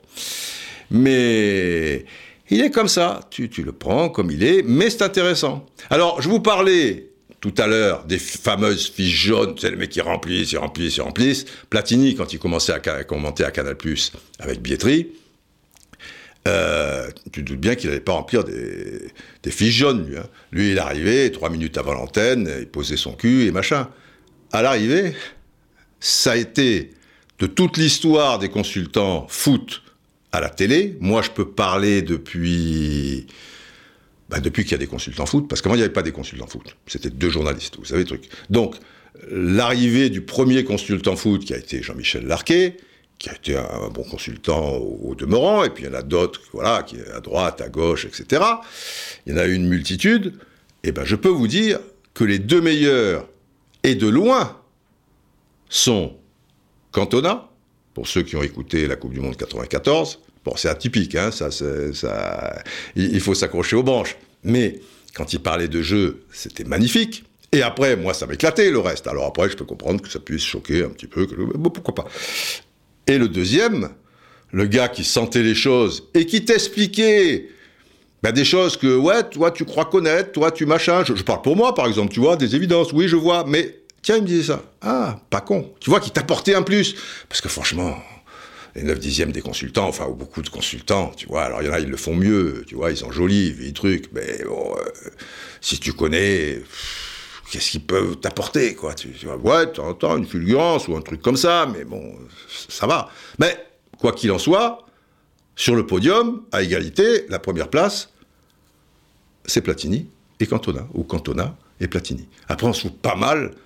Mais il est comme ça. Tu, tu le prends comme il est, mais c'est intéressant. Alors, je vous parlais... tout à l'heure, des fameuses fiches jaunes, c'est les mecs qui remplissent, ils remplissent, ils remplissent. Platini, quand il commençait à, à commenter à Canal+, avec Bietri, euh, tu te doutes bien qu'il n'allait pas remplir des, des fiches jaunes, lui. Hein. Lui, il arrivait, trois minutes avant l'antenne, il posait son cul et machin. À l'arrivée, ça a été, de toute l'histoire des consultants foot à la télé, moi je peux parler depuis... Bah depuis qu'il y a des consultants foot, parce qu'avant il n'y avait pas des consultants foot, c'était deux journalistes, vous savez le truc. Donc, l'arrivée du premier consultant foot qui a été Jean-Michel Larquet, qui a été un bon consultant au, au demeurant, et puis il y en a d'autres, voilà, qui à droite, à gauche, et cetera. Il y en a eu une multitude, et ben je peux vous dire que les deux meilleurs, et de loin, sont Cantona, pour ceux qui ont écouté la Coupe du Monde quatre-vingt-quatorze. Bon, c'est atypique, hein, ça, c'est, ça, il faut s'accrocher aux branches. Mais quand il parlait de jeu, c'était magnifique. Et après, moi, ça m'éclatait, le reste. Alors après, je peux comprendre que ça puisse choquer un petit peu. Que... Bon, pourquoi pas. Et le deuxième, le gars qui sentait les choses et qui t'expliquait ben, des choses que, ouais, toi, tu crois connaître, toi, tu machin. Je, je parle pour moi, par exemple, tu vois, des évidences. Oui, je vois, mais tiens, il me disait ça. Ah, pas con. Tu vois, qui t'apportait un plus. Parce que franchement... les neuf dixièmes des consultants, enfin, ou beaucoup de consultants, tu vois, alors il y en a, ils le font mieux, tu vois, ils enjolivent, des trucs, mais bon, euh, si tu connais, pff, qu'est-ce qu'ils peuvent t'apporter, quoi, tu, tu vois, ouais, tu entends une fulgurance ou un truc comme ça, mais bon, ça va. Mais, quoi qu'il en soit, sur le podium, à égalité, la première place, c'est Platini et Cantona, ou Cantona et Platini. Après, on se fout pas mal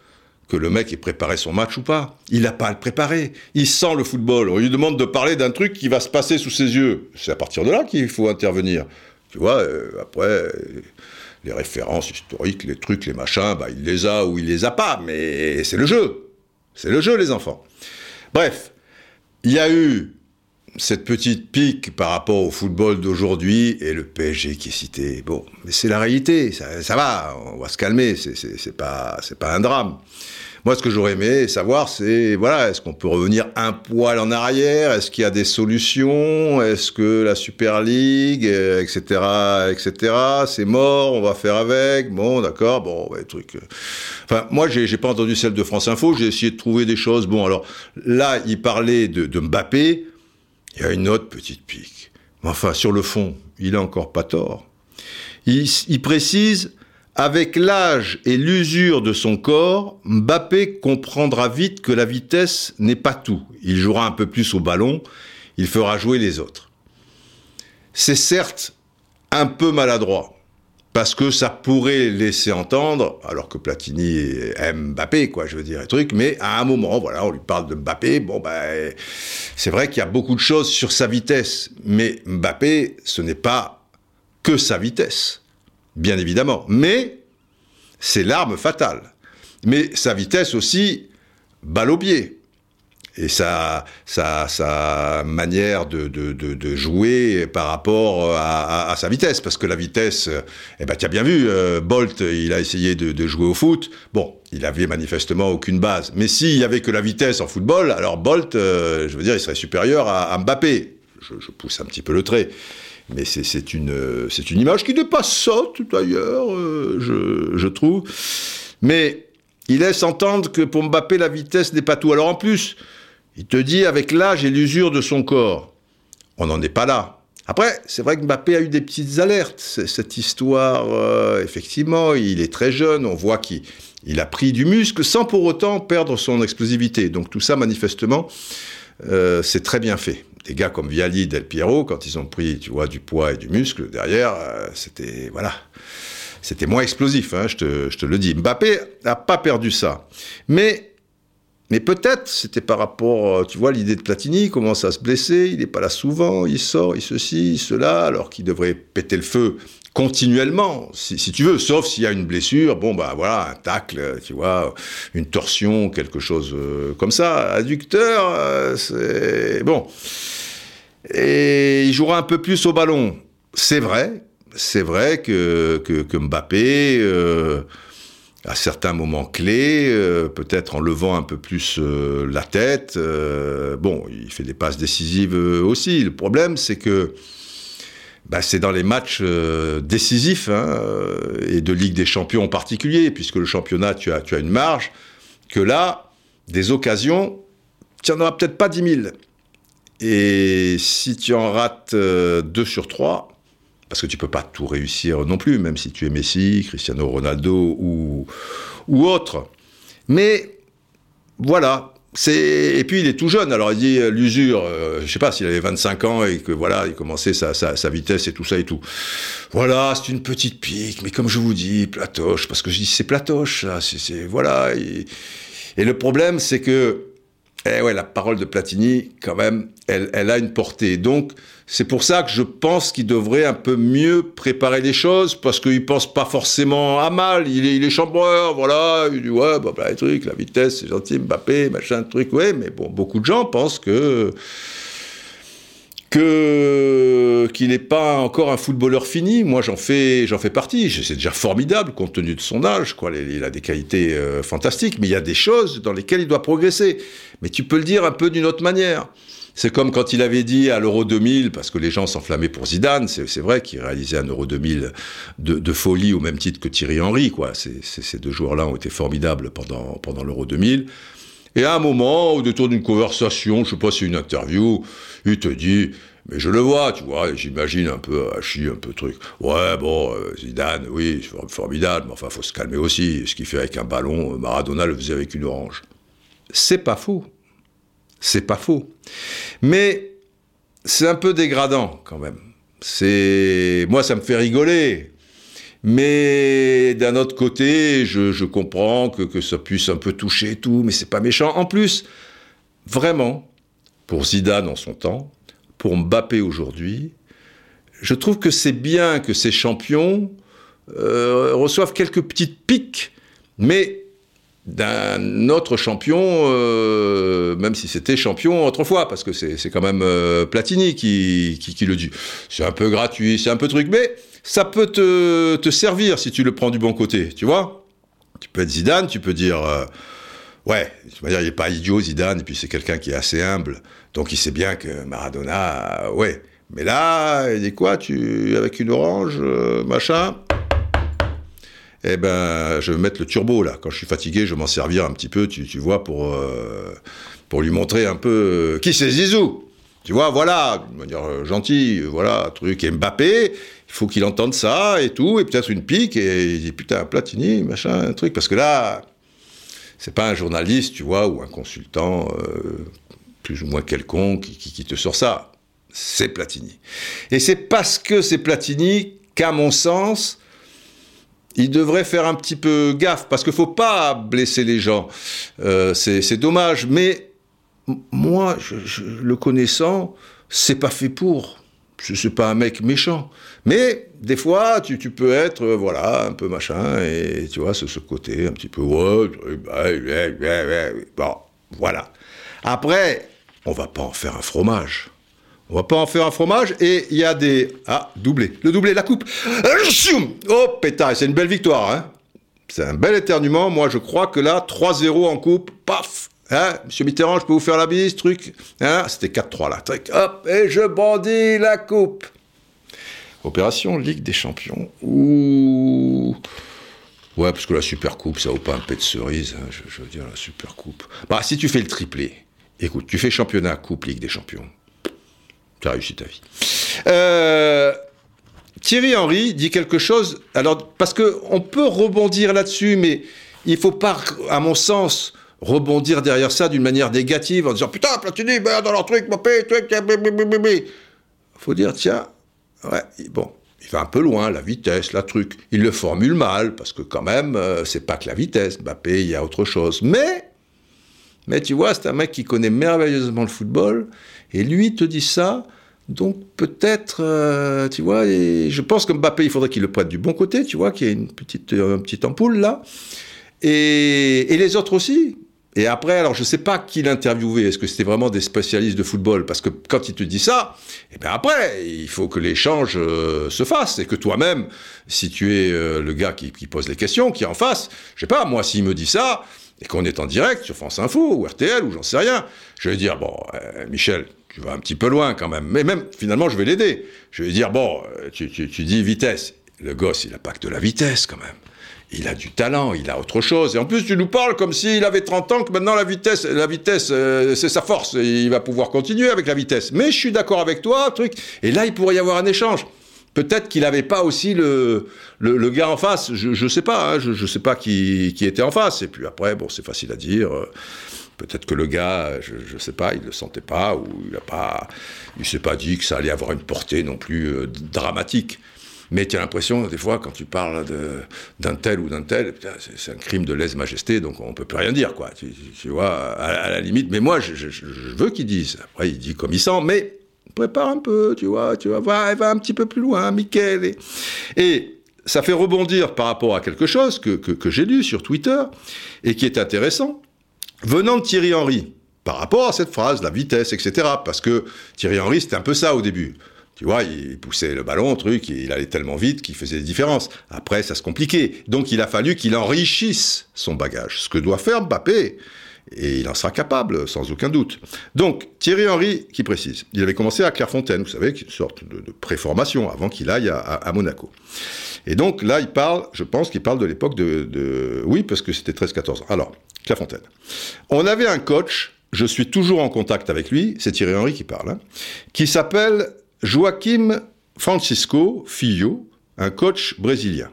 que le mec ait préparé son match ou pas. Il n'a pas à le préparer. Il sent le football. On lui demande de parler d'un truc qui va se passer sous ses yeux. C'est à partir de là qu'il faut intervenir. Tu vois, euh, après, euh, les références historiques, les trucs, les machins, bah, il les a ou il les a pas. Mais c'est le jeu. C'est le jeu, les enfants. Bref, il y a eu cette petite pique par rapport au football d'aujourd'hui et le P S G qui est cité. Bon, mais c'est la réalité, ça, ça va, on va se calmer, c'est, c'est, c'est pas, c'est pas un drame. Moi, ce que j'aurais aimé savoir, c'est, voilà, est-ce qu'on peut revenir un poil en arrière? Est-ce qu'il y a des solutions? Est-ce que la Super League, et cetera, et cetera, c'est mort, on va faire avec? Bon, d'accord, bon, ouais, truc... Euh... Enfin, moi, j'ai, j'ai pas entendu celle de France Info, j'ai essayé de trouver des choses. Bon, alors, là, il parlait de, de Mbappé. Il y a une autre petite pique. Mais enfin, sur le fond, il n'a encore pas tort. Il, il précise, avec l'âge et l'usure de son corps, Mbappé comprendra vite que la vitesse n'est pas tout. Il jouera un peu plus au ballon, il fera jouer les autres. C'est certes un peu maladroit, parce que ça pourrait laisser entendre, alors que Platini aime Mbappé, quoi, je veux dire, un truc, mais à un moment, voilà, on lui parle de Mbappé, bon, ben, c'est vrai qu'il y a beaucoup de choses sur sa vitesse, mais Mbappé, ce n'est pas que sa vitesse, bien évidemment, mais c'est l'arme fatale. Mais sa vitesse aussi, balle au pied. Et sa, sa, sa manière de, de, de, de jouer par rapport à, à, à sa vitesse. Parce que la vitesse, eh ben, tu as bien vu, euh, Bolt, il a essayé de, de jouer au foot. Bon, il avait manifestement aucune base. Mais s'il y avait que la vitesse en football, alors Bolt, euh, je veux dire, il serait supérieur à, à Mbappé. Je, je pousse un petit peu le trait. Mais c'est, c'est, une, c'est une image qui n'est pas sotte, d'ailleurs, euh, je, je trouve. Mais il laisse entendre que pour Mbappé, la vitesse n'est pas tout. Alors en plus... il te dit avec l'âge et l'usure de son corps. On n'en est pas là. Après, c'est vrai que Mbappé a eu des petites alertes. C'est cette histoire, euh, effectivement, il est très jeune. On voit qu'il il a pris du muscle sans pour autant perdre son explosivité. Donc tout ça, manifestement, euh, c'est très bien fait. Des gars comme Vialli, Del Piero, quand ils ont pris, tu vois, du poids et du muscle derrière, euh, c'était, voilà, c'était moins explosif, hein, je te, je te le dis. Mbappé n'a pas perdu ça. Mais... Mais peut-être, c'était par rapport, tu vois, l'idée de Platini, il commence à se blesser, il n'est pas là souvent, il sort, il ceci, il cela, alors qu'il devrait péter le feu continuellement, si, si tu veux, sauf s'il y a une blessure, bon, bah voilà, un tacle, tu vois, une torsion, quelque chose euh, comme ça, adducteur, euh, c'est... bon. Et il jouera un peu plus au ballon. C'est vrai, c'est vrai que, que, que Mbappé... Euh, à certains moments clés, euh, peut-être en levant un peu plus euh, la tête. Euh, bon, il fait des passes décisives euh, aussi. Le problème, c'est que bah, c'est dans les matchs euh, décisifs, hein, et de Ligue des Champions en particulier, puisque le championnat, tu as, tu as une marge, que là, des occasions, tu n'en auras peut-être pas dix mille. Et si tu en rates euh, deux sur trois... parce que tu peux pas tout réussir non plus, même si tu es Messi, Cristiano Ronaldo ou, ou autre. Mais voilà, c'est... et puis il est tout jeune, alors il dit l'usure, euh, je sais pas s'il avait vingt-cinq ans et que voilà, il commençait sa, sa, sa vitesse et tout ça et tout. Voilà, c'est une petite pique, mais comme je vous dis, platoche, parce que je dis c'est platoche, là, c'est, c'est voilà. Et, et le problème, c'est que eh ouais, la parole de Platini, quand même, elle, elle a une portée. Donc, c'est pour ça que je pense qu'il devrait un peu mieux préparer les choses, parce qu'il pense pas forcément à mal. Il est, il est chambreur, voilà. Il dit, ouais, bah, bah, les trucs, la vitesse, c'est gentil, Mbappé, machin, truc, ouais. Mais bon, beaucoup de gens pensent que, que, qu'il n'est pas encore un footballeur fini. Moi, j'en fais, j'en fais partie. C'est déjà formidable, compte tenu de son âge, quoi. Il a des qualités euh, fantastiques, mais il y a des choses dans lesquelles il doit progresser. Mais tu peux le dire un peu d'une autre manière. C'est comme quand il avait dit à l'Euro deux mille, parce que les gens s'enflammaient pour Zidane, c'est, c'est vrai qu'il réalisait un Euro deux mille de, de folie au même titre que Thierry Henry, quoi. C'est, c'est, ces deux joueurs-là ont été formidables pendant, pendant l'Euro deux mille. Et à un moment, au détour d'une conversation, je sais pas si c'est une interview, il te dit, mais je le vois, tu vois, j'imagine un peu Hachi, un peu truc. Ouais, bon, euh, Zidane, oui, c'est formidable, mais enfin, faut se calmer aussi. Ce qu'il fait avec un ballon, Maradona le faisait avec une orange. C'est pas faux. C'est pas faux. Mais c'est un peu dégradant, quand même. C'est... Moi, ça me fait rigoler. Mais d'un autre côté, je, je comprends que, que ça puisse un peu toucher et tout, mais c'est pas méchant. En plus, vraiment, pour Zidane en son temps, pour Mbappé aujourd'hui, je trouve que c'est bien que ces champions euh, reçoivent quelques petites piques, mais d'un autre champion, euh, même si c'était champion autrefois, parce que c'est, c'est quand même euh, Platini qui, qui, qui le dit. C'est un peu gratuit, c'est un peu truc, mais ça peut te, te servir si tu le prends du bon côté, tu vois. Tu peux être Zidane, tu peux dire... Euh, ouais, il n'est pas idiot Zidane, et puis c'est quelqu'un qui est assez humble, donc il sait bien que Maradona, euh, ouais. Mais là, il dit quoi, tu, avec une orange, euh, machin... Eh ben, je vais mettre le turbo, là. Quand je suis fatigué, je vais m'en servir un petit peu, tu, tu vois, pour, euh, pour lui montrer un peu euh, qui c'est Zizou. Tu vois, voilà, d'une manière euh, gentille, voilà, truc. Et Mbappé, il faut qu'il entende ça et tout, et peut-être une pique, et il dit, putain, Platini, machin, un truc. Parce que là, c'est pas un journaliste, tu vois, ou un consultant euh, plus ou moins quelconque qui, qui, qui te sort ça. C'est Platini. Et c'est parce que c'est Platini qu'à mon sens... il devrait faire un petit peu gaffe, parce qu'il ne faut pas blesser les gens. Euh, c'est, c'est dommage, mais moi, je, je, le connaissant, c'est pas fait pour. Je ne suis pas un mec méchant. Mais des fois, tu, tu peux être, euh, voilà, un peu machin, et tu vois, ce, ce côté un petit peu... Ouais, ouais, ouais, ouais, bon, voilà. Après, on ne va pas en faire un fromage. On va pas en faire un fromage, et il y a des... Ah, doublé. Le doublé, la coupe. Oh, pétard, c'est une belle victoire, hein. C'est un bel éternuement. Moi, je crois que là, trois zéro en coupe, paf, hein, Monsieur Mitterrand, je peux vous faire la bise, truc, hein, c'était quatre trois, là, truc, hop, et je bandis la coupe. Opération Ligue des Champions. Ouh... Ouais, parce que la Supercoupe, ça vaut pas un pet de cerise, hein, je, je veux dire, la Supercoupe. Bah, si tu fais le triplé, écoute, tu fais championnat, coupe, Ligue des Champions. Tu as réussi ta vie. Euh, Thierry Henry dit quelque chose, alors, parce qu'on peut rebondir là-dessus, mais il ne faut pas, à mon sens, rebondir derrière ça d'une manière négative, en disant « Putain, Platini, ben, dans leur truc, Mbappé, truc, blablabla. » Il faut dire « Tiens, ouais, bon, il va un peu loin, la vitesse, la truc. » Il le formule mal, parce que quand même, euh, c'est pas que la vitesse. Mbappé, il y a autre chose. Mais, mais tu vois, c'est un mec qui connaît merveilleusement le football, et lui te dit ça, donc peut-être, euh, tu vois, et je pense que Mbappé, il faudrait qu'il le prenne du bon côté, tu vois, qu'il y ait une petite, euh, une petite ampoule là, et, et les autres aussi. Et après, alors je ne sais pas qui l'interviewait, est-ce que c'était vraiment des spécialistes de football, parce que quand il te dit ça, et bien après, il faut que l'échange euh, se fasse, et que toi-même, si tu es euh, le gars qui, qui pose les questions, qui est en face, je sais pas, moi s'il me dit ça, et qu'on est en direct sur France Info, ou R T L, ou j'en sais rien, je vais dire, bon, euh, Michel, tu vas un petit peu loin quand même, mais même, finalement, je vais l'aider. Je vais dire, bon, tu, tu, tu dis vitesse. Le gosse, il n'a pas que de la vitesse quand même. Il a du talent, il a autre chose. Et en plus, tu nous parles comme s'il avait trente ans, que maintenant la vitesse, la vitesse, euh, c'est sa force. Et il va pouvoir continuer avec la vitesse. Mais je suis d'accord avec toi, truc. Et là, il pourrait y avoir un échange. Peut-être qu'il n'avait pas aussi le, le, le gars en face. Je ne sais pas, hein, je ne sais pas qui, qui était en face. Et puis après, bon, c'est facile à dire. Peut-être que le gars, je ne sais pas, il ne le sentait pas, ou il ne pas, il s'est pas dit que ça allait avoir une portée non plus euh, dramatique. Mais tu as l'impression, des fois, quand tu parles de, d'un tel ou d'un tel, putain, c'est, c'est un crime de lèse-majesté, donc on ne peut plus rien dire, quoi. Tu, tu vois, à, à la limite. Mais moi, je, je, je veux qu'il dise. Après, il dit comme il sent, mais prépare un peu, tu vois, tu vas voir, il va un petit peu plus loin, Mickaël. Et, et ça fait rebondir par rapport à quelque chose que, que, que j'ai lu sur Twitter, et qui est intéressant. Venant de Thierry Henry, par rapport à cette phrase, la vitesse, et cetera, parce que Thierry Henry, c'était un peu ça au début. Tu vois, il poussait le ballon, truc, et il allait tellement vite qu'il faisait des différences. Après, ça se compliquait. Donc, il a fallu qu'il enrichisse son bagage, ce que doit faire Mbappé. Et il en sera capable, sans aucun doute. Donc, Thierry Henry, qui précise, il avait commencé à Clairefontaine, vous savez, une sorte de, de préformation, avant qu'il aille à, à, à Monaco. Et donc, là, il parle, je pense qu'il parle de l'époque de... de oui, parce que c'était treize quatorze ans. Alors, Clairefontaine. On avait un coach, je suis toujours en contact avec lui, c'est Thierry Henry qui parle, hein, qui s'appelle Joaquim Francisco Filho, un coach brésilien.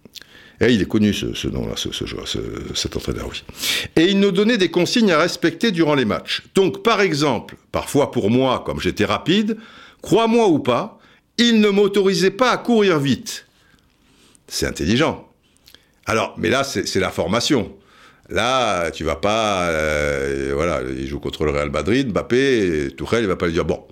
Et il est connu, ce, ce nom-là, ce, ce, ce, cet entraîneur, oui. Et il nous donnait des consignes à respecter durant les matchs. Donc, par exemple, parfois pour moi, comme j'étais rapide, crois-moi ou pas, il ne m'autorisait pas à courir vite. c'est intelligent. Alors, mais là, c'est, c'est la formation. Là, tu vas pas... Euh, voilà, il joue contre le Real Madrid, Mbappé, Tuchel, il va pas lui dire, bon,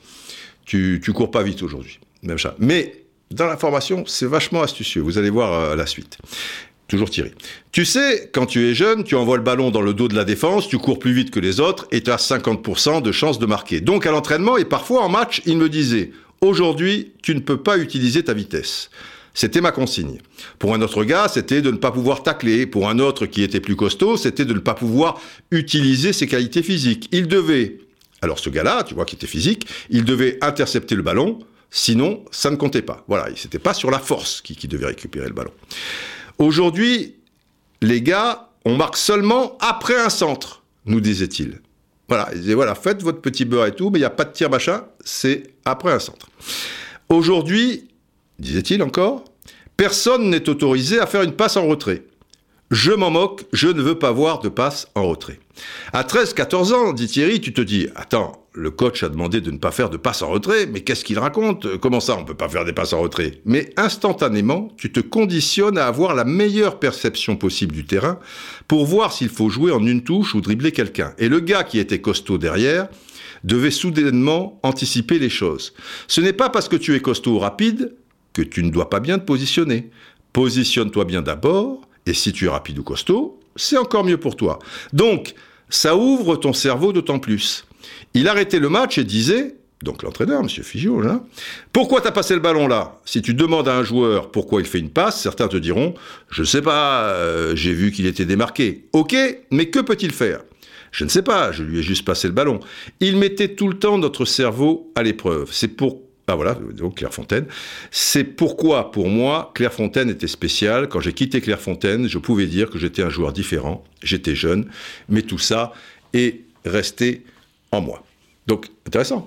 tu, tu cours pas vite aujourd'hui. Même ça. Mais dans la formation, c'est vachement astucieux. Vous allez voir euh, la suite. Toujours Thierry. Tu sais, quand tu es jeune, tu envoies le ballon dans le dos de la défense, tu cours plus vite que les autres et tu as cinquante pour cent de chances de marquer. Donc à l'entraînement et parfois en match, il me disait « Aujourd'hui, tu ne peux pas utiliser ta vitesse ». C'était ma consigne. Pour un autre gars, c'était de ne pas pouvoir tacler. Pour un autre qui était plus costaud, c'était de ne pas pouvoir utiliser ses qualités physiques. Il devait, alors ce gars-là, tu vois, qui était physique, il devait intercepter le ballon, sinon ça ne comptait pas. Voilà, c'était pas sur la force qui, qui devait récupérer le ballon. Aujourd'hui, les gars, on marque seulement après un centre, nous disait-il. Voilà, il disait, voilà, faites votre petit beurre et tout, mais il n'y a pas de tir machin, c'est après un centre. Aujourd'hui, disait-il encore, personne n'est autorisé à faire une passe en retrait. Je m'en moque, je ne veux pas voir de passe en retrait. À treize quatorze ans, dit Thierry, tu te dis, attends, le coach a demandé de ne pas faire de passe en retrait, mais qu'est-ce qu'il raconte ? Comment ça, on ne peut pas faire des passes en retrait ? Mais instantanément, tu te conditionnes à avoir la meilleure perception possible du terrain pour voir s'il faut jouer en une touche ou dribbler quelqu'un. Et le gars qui était costaud derrière devait soudainement anticiper les choses. Ce n'est pas parce que tu es costaud ou rapide que tu ne dois pas bien te positionner. Positionne-toi bien d'abord, et si tu es rapide ou costaud, c'est encore mieux pour toi. Donc, ça ouvre ton cerveau d'autant plus. Il arrêtait le match et disait, donc l'entraîneur, M. Figeaud, là, « Pourquoi t'as passé le ballon là ? Si tu demandes à un joueur pourquoi il fait une passe, certains te diront, je ne sais pas, euh, j'ai vu qu'il était démarqué. Ok, mais que peut-il faire ? Je ne sais pas, je lui ai juste passé le ballon. Il mettait tout le temps notre cerveau à l'épreuve. C'est pour Ah voilà, donc Clairefontaine. C'est pourquoi, pour moi, Clairefontaine était spécial. Quand j'ai quitté Clairefontaine, je pouvais dire que j'étais un joueur différent. J'étais jeune, mais tout ça est resté en moi. Donc, intéressant.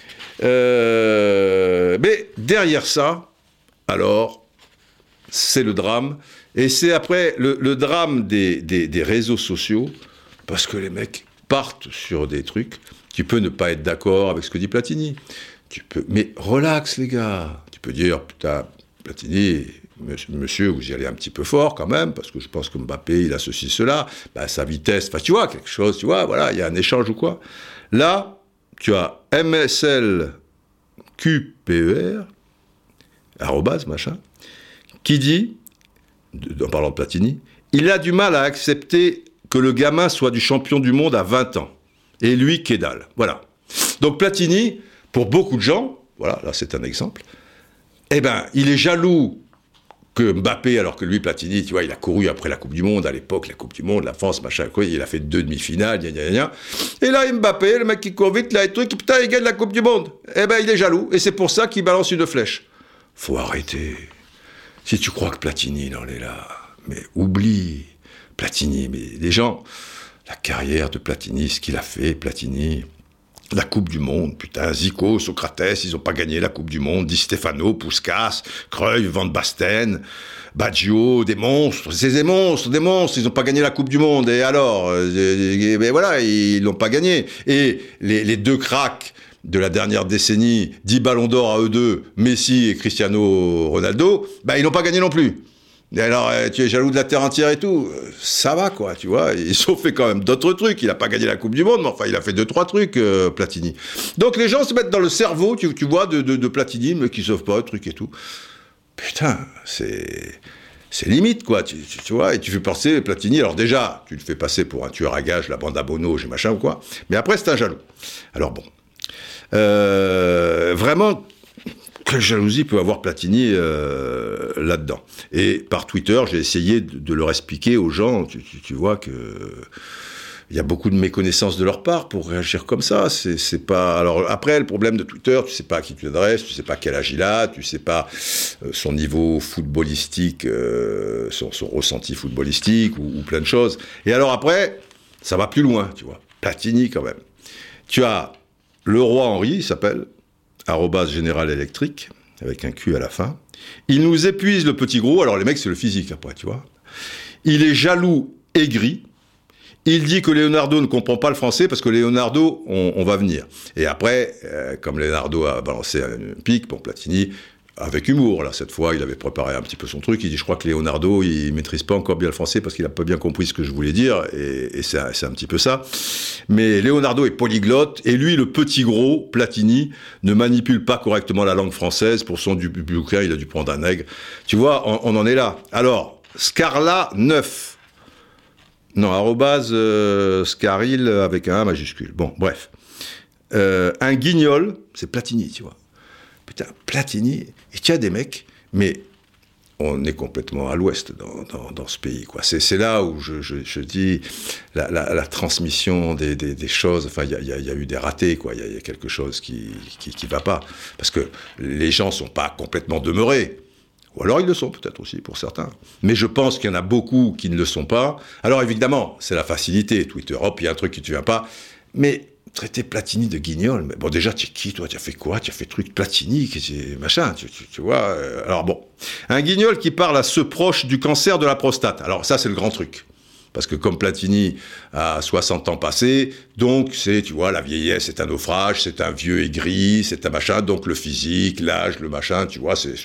Euh, mais derrière ça, alors, c'est le drame. Et c'est après le, le drame des, des, des réseaux sociaux, parce que les mecs partent sur des trucs. Tu peux ne pas être d'accord avec ce que dit Platini. Tu peux, mais relax les gars. Tu peux dire, putain, Platini, monsieur, vous y allez un petit peu fort quand même, parce que je pense que Mbappé, il a ceci, cela, bah, sa vitesse, enfin tu vois, quelque chose, tu vois, voilà, il y a un échange ou quoi. Là, tu as M S L Q P E R, arrobase, machin, qui dit, en parlant de Platini, il a du mal à accepter que le gamin soit du champion du monde à vingt ans. Et lui, que dalle. Voilà. Donc Platini, pour beaucoup de gens, voilà, là c'est un exemple, eh ben, il est jaloux que Mbappé, alors que lui, Platini, tu vois, il a couru après la Coupe du Monde, à l'époque, la Coupe du Monde, la France, machin, quoi, il a fait deux demi-finales, gna gna gna. Et là, Mbappé, le mec qui court vite, là, et truc, putain, il gagne la Coupe du Monde. Eh ben, il est jaloux, et c'est pour ça qu'il balance une flèche. Faut arrêter. Si tu crois que Platini, il en est là, mais oublie Platini, mais les gens, la carrière de Platini, ce qu'il a fait, Platini... La Coupe du Monde, putain, Zico, Socrates, ils n'ont pas gagné la Coupe du Monde, Di Stefano, Puskas, Cruyff, Van Basten, Baggio, des monstres, c'est des monstres, des monstres, ils n'ont pas gagné la Coupe du Monde, et alors, euh, ben voilà, ils l'ont pas gagné. Et les, les deux cracks de la dernière décennie, dix ballons d'or à eux deux, Messi et Cristiano Ronaldo, ben ils n'ont pas gagné non plus. Et alors, tu es jaloux de la terre entière et tout, ça va quoi, tu vois, ils ont fait quand même d'autres trucs, il a pas gagné la Coupe du Monde, mais enfin il a fait deux, trois trucs, euh, Platini. Donc les gens se mettent dans le cerveau, tu, tu vois, de, de, de Platini, mais qui sauve pas, truc et tout. Putain, c'est... c'est limite quoi, tu, tu, tu vois, et tu fais penser Platini, alors déjà, tu le fais passer pour un tueur à gages, la bande à Bono, j'ai machin ou quoi, mais après c'est un jaloux. Alors bon, euh, vraiment... Quelle jalousie peut avoir Platini euh, là-dedans. Et par Twitter, j'ai essayé de, de leur expliquer aux gens, tu, tu, tu vois que il y a beaucoup de méconnaissance de leur part pour réagir comme ça. C'est, c'est pas. Alors après, le problème de Twitter, tu sais pas à qui tu t'adresses, tu sais pas quel âge il a, tu sais pas euh, son niveau footballistique, euh, son, son ressenti footballistique ou, ou plein de choses. Et alors après, ça va plus loin, tu vois. Platini quand même. Tu as le roi Henri, il s'appelle. Arrobas Général Électrique, avec un Q à la fin. Il nous épuise le petit gros, alors les mecs c'est le physique après, tu vois. Il est jaloux, aigri. Il dit que Leonardo ne comprend pas le français parce que Leonardo, on, on va venir. Et après, euh, comme Leonardo a balancé un pic, bon Platini, avec humour, là, cette fois, il avait préparé un petit peu son truc, il dit, je crois que Leonardo, il maîtrise pas encore bien le français parce qu'il a pas bien compris ce que je voulais dire, et, et c'est, c'est un petit peu ça. Mais Leonardo est polyglotte, et lui, le petit gros, Platini, ne manipule pas correctement la langue française, pour son du bouquin, il a dû prendre un nègre. Tu vois, on, on en est là. Alors, Scarla neuf. Non, arrobase, euh, Scaril avec un A majuscule. Bon, bref. Euh, un guignol, c'est Platini, tu vois. Putain, Platini, et tu as des mecs, mais on est complètement à l'ouest dans, dans, dans ce pays, quoi. C'est, c'est là où je, je, je dis la, la, la transmission des, des, des choses, enfin, il y a, y, a, y a eu des ratés, quoi. Il y, y a quelque chose qui, qui, qui va pas. Parce que les gens sont pas complètement demeurés. Ou alors ils le sont peut-être aussi pour certains. Mais je pense qu'il y en a beaucoup qui ne le sont pas. Alors évidemment, c'est la facilité. Twitter, hop, il y a un truc qui ne te vient pas. Mais traiter Platini de guignol, mais bon, déjà, tu es qui, toi? Tu as fait quoi? Tu as fait truc Platini, machin, tu, tu, tu vois. Euh, alors bon, un guignol qui parle à ceux proches du cancer de la prostate. Alors ça, c'est le grand truc. Parce que comme Platini a soixante ans passés, donc c'est, tu vois, la vieillesse, c'est un naufrage, c'est un vieux aigri, c'est un machin, donc le physique, l'âge, le machin, tu vois, c'est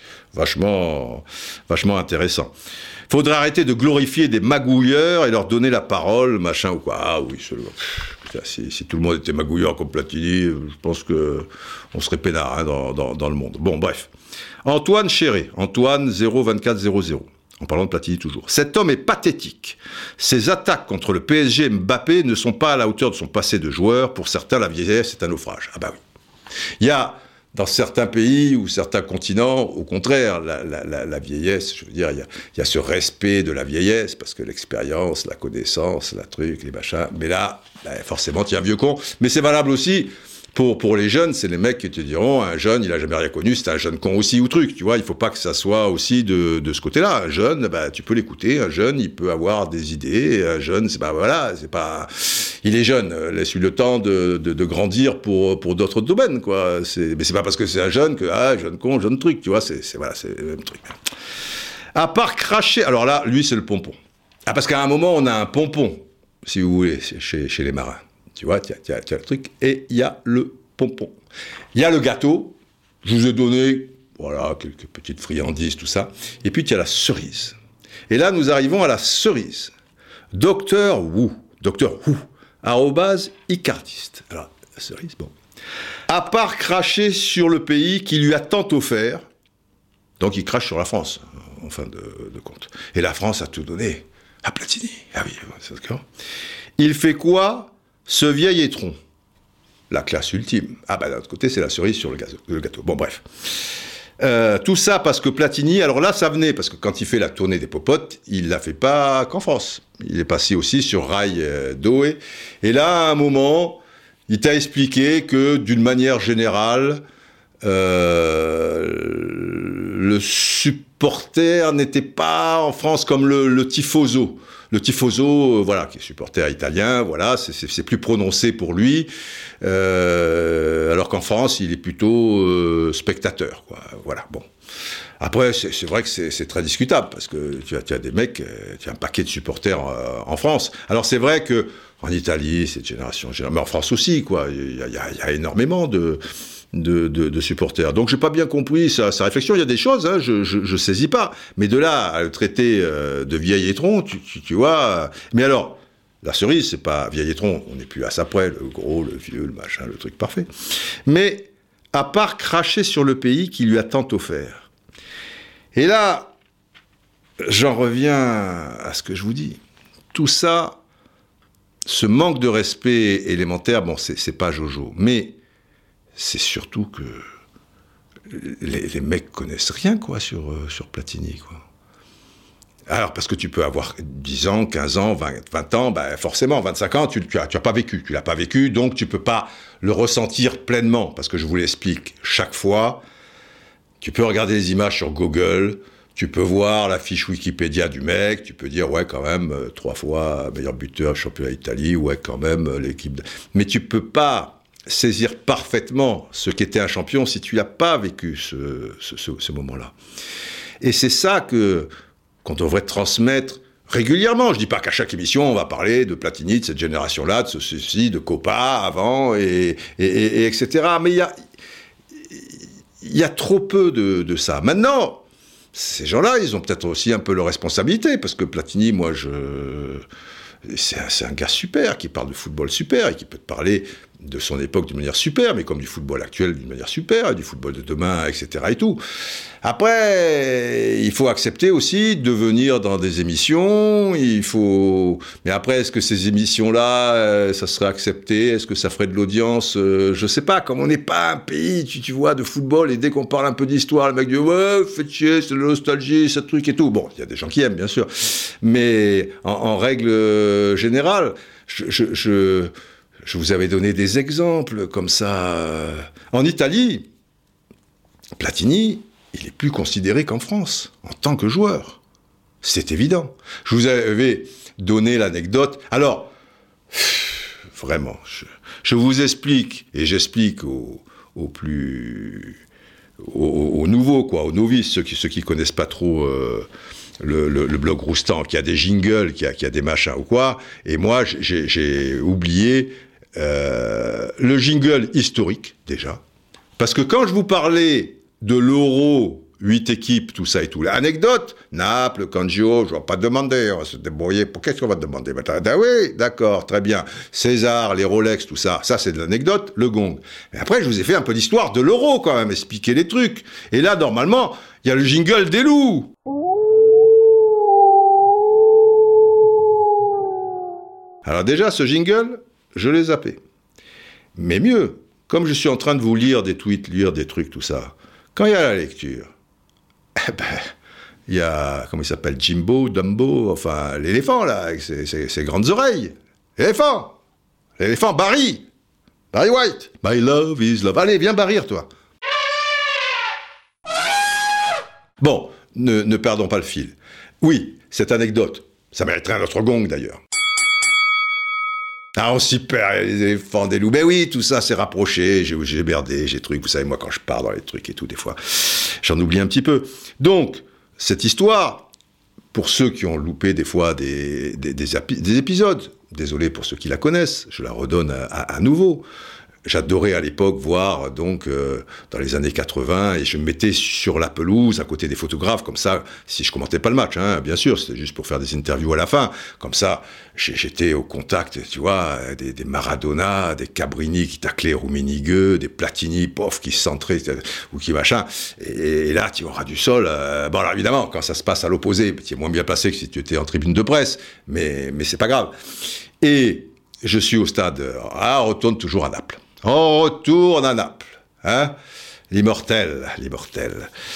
vachement, vachement intéressant. Faudrait arrêter de glorifier des magouilleurs et leur donner la parole, machin ou quoi. Ah oui, c'est... Si, si tout le monde était magouilleur comme Platini, je pense qu'on serait peinard hein, dans, dans, dans le monde. Bon, bref. Antoine Chéré, Antoine zéro vingt-quatre zéro zéro, en parlant de Platini toujours. Cet homme est pathétique. Ses attaques contre le P S G Mbappé ne sont pas à la hauteur de son passé de joueur. Pour certains, la vieillesse est un naufrage. Ah bah oui. Il y a... Dans certains pays ou certains continents, au contraire, la, la, la, la vieillesse, je veux dire, il y a, il y a ce respect de la vieillesse, parce que l'expérience, la connaissance, la truc, les machins, mais là, bah, forcément, tu es un vieux con. Mais c'est valable aussi pour, pour les jeunes, c'est les mecs qui te diront, un jeune, il a jamais rien connu, c'est un jeune con aussi ou truc, tu vois, il faut pas que ça soit aussi de, de ce côté-là. Un jeune, bah, tu peux l'écouter, un jeune, il peut avoir des idées, un jeune, c'est pas, voilà, c'est pas... Il est jeune, laisse-lui le temps de, de, de grandir pour, pour d'autres domaines, quoi. C'est, mais c'est pas parce que c'est un jeune que, ah, jeune con, jeune truc, tu vois, c'est, c'est, voilà, c'est le même truc. À part cracher, alors là, lui, c'est le pompon. Ah, parce qu'à un moment, on a un pompon, si vous voulez, chez, chez les marins. Tu vois, il y, y, y a le truc, et il y a le pompon. Il y a le gâteau, je vous ai donné, voilà, quelques petites friandises, tout ça. Et puis, il y a la cerise. Et là, nous arrivons à la cerise. Docteur Wu, Docteur Wu, arrobase icardiste. Alors, la cerise, bon. À part cracher sur le pays qui lui a tant offert, donc il crache sur la France, en fin de, de compte. Et la France a tout donné à Platini. Ah oui, c'est d'accord. Il fait quoi, ce vieil étron? La classe ultime. Ah bah d'un autre côté, c'est la cerise sur le gâteau. Le gâteau. Bon, bref. Euh, tout ça parce que Platini, alors là, ça venait, parce que quand il fait la tournée des popotes, il la fait pas qu'en France. Il est passé aussi sur Rai euh, Doé. Et là, à un moment, il t'a expliqué que, d'une manière générale, euh, le supporter n'était pas en France comme le, le tifoso. Le tifoso, euh, voilà, qui est supporter italien, voilà, c'est, c'est, c'est plus prononcé pour lui, euh, alors qu'en France, il est plutôt euh, spectateur, quoi. Voilà, bon. Après, c'est, c'est vrai que c'est, c'est très discutable, parce que tu as, tu as des mecs, tu as un paquet de supporters euh, en France. Alors c'est vrai que en Italie, c'est de génération en génération, mais en France aussi, quoi. Il y a, il y a, il y a énormément de... De, de, de supporters. Donc j'ai pas bien compris sa, sa réflexion. Il y a des choses, hein, je, je, je saisis pas. Mais de là à le traiter euh, de vieil étron, tu, tu, tu vois. Mais alors, la cerise, c'est pas vieil étron. On n'est plus à ça près, le gros, le vieux, le machin, le truc parfait. Mais à part cracher sur le pays qui lui a tant offert. Et là, j'en reviens à ce que je vous dis. Tout ça, ce manque de respect élémentaire, bon, c'est, c'est pas Jojo, mais c'est surtout que les, les mecs connaissent rien, quoi, sur, euh, sur Platini, quoi. Alors, parce que tu peux avoir dix ans, quinze ans, vingt, vingt ans, ben forcément, vingt-cinq ans, tu, tu, as, tu as pas vécu. Tu l'as pas vécu, donc tu peux pas le ressentir pleinement. Parce que je vous l'explique, chaque fois, tu peux regarder les images sur Google, tu peux voir la fiche Wikipédia du mec, tu peux dire, ouais, quand même, euh, trois fois meilleur buteur, championnat d'Italie, ouais, quand même, euh, l'équipe... De... Mais tu peux pas saisir parfaitement ce qu'était un champion si tu n'as pas vécu ce, ce, ce, ce moment-là. Et c'est ça que, qu'on devrait transmettre régulièrement. Je ne dis pas qu'à chaque émission, on va parler de Platini, de cette génération-là, de ceci, de Copa avant, et, et, et, et et cetera. Mais il y a, il y a trop peu de, de ça. Maintenant, ces gens-là, ils ont peut-être aussi un peu leur responsabilité, parce que Platini, moi, je... C'est un, c'est un gars super, qui parle de football super, et qui peut te parler de son époque d'une manière super, mais comme du football actuel d'une manière super, et du football de demain, et cetera et tout. Après, il faut accepter aussi de venir dans des émissions, il faut... Mais après, est-ce que ces émissions-là, euh, ça serait accepté? Est-ce que ça ferait de l'audience? euh, Je sais pas, comme on n'est pas un pays, tu, tu vois, de football, et dès qu'on parle un peu d'histoire, le mec dit « Ouais, faites chier, c'est de la nostalgie, ce truc et tout ». Bon, il y a des gens qui aiment, bien sûr, mais en, en règle générale, je... je, je Je vous avais donné des exemples comme ça. En Italie, Platini, il est plus considéré qu'en France, en tant que joueur. C'est évident. Je vous avais donné l'anecdote. Alors, vraiment, je, je vous explique, et j'explique aux, aux plus... aux, aux nouveaux, quoi, aux novices, ceux qui ceux qui connaissent pas trop... Euh, Le, le, le blog Roustan, qui a des jingles, qui a, qui a des machins ou quoi, et moi, j'ai, j'ai oublié euh, le jingle historique, déjà, parce que quand je vous parlais de l'Euro, huit équipes, tout ça et tout, l'anecdote, Naples, Canggio, je ne vais pas te demander, on va se débrouiller, pour qu'est-ce qu'on va te demander? Ah oui, d'accord, très bien, César, les Rolex, tout ça, ça c'est de l'anecdote, le gong. Et après, je vous ai fait un peu l'histoire de l'Euro, quand même, expliquer les trucs, et là, normalement, il y a le jingle des loups. Alors déjà, ce jingle, je l'ai zappé. Mais mieux, comme je suis en train de vous lire des tweets, lire des trucs, tout ça, quand il y a la lecture, eh ben, il y a, comment il s'appelle, Jimbo, Dumbo, enfin, l'éléphant, là, avec ses, ses, ses grandes oreilles. L'éléphant L'éléphant, Barry Barry White. My love is love. Allez, viens Barry, toi. Bon, ne, ne perdons pas le fil. Oui, cette anecdote, ça mériterait un autre gong, d'ailleurs. Ah, on s'y perd, les éléphants, des loups. Ben oui, tout ça s'est rapproché, j'ai, j'ai berdé, j'ai truc. Vous savez, moi, quand je pars dans les trucs et tout, des fois, j'en oublie un petit peu. Donc, cette histoire, pour ceux qui ont loupé des fois des, des, des, api- des épisodes, désolé pour ceux qui la connaissent, je la redonne à, à, à nouveau. J'adorais à l'époque voir, donc, euh, dans les années quatre-vingts, et je me mettais sur la pelouse, à côté des photographes, comme ça, si je commentais pas le match, hein, bien sûr, c'était juste pour faire des interviews à la fin, comme ça, j'étais au contact, tu vois, des, des Maradona, des Cabrini qui taclaient Rummenigge, des Platini, pof, qui se centraient, ou qui machin, et, et là, tu auras du sol, euh, bon, alors évidemment, quand ça se passe à l'opposé, tu es moins bien placé que si tu étais en tribune de presse, mais, mais c'est pas grave. Et je suis au stade, ah, on retourne toujours à Naples. On retourne à Naples, hein, l'immortel, l'immortel.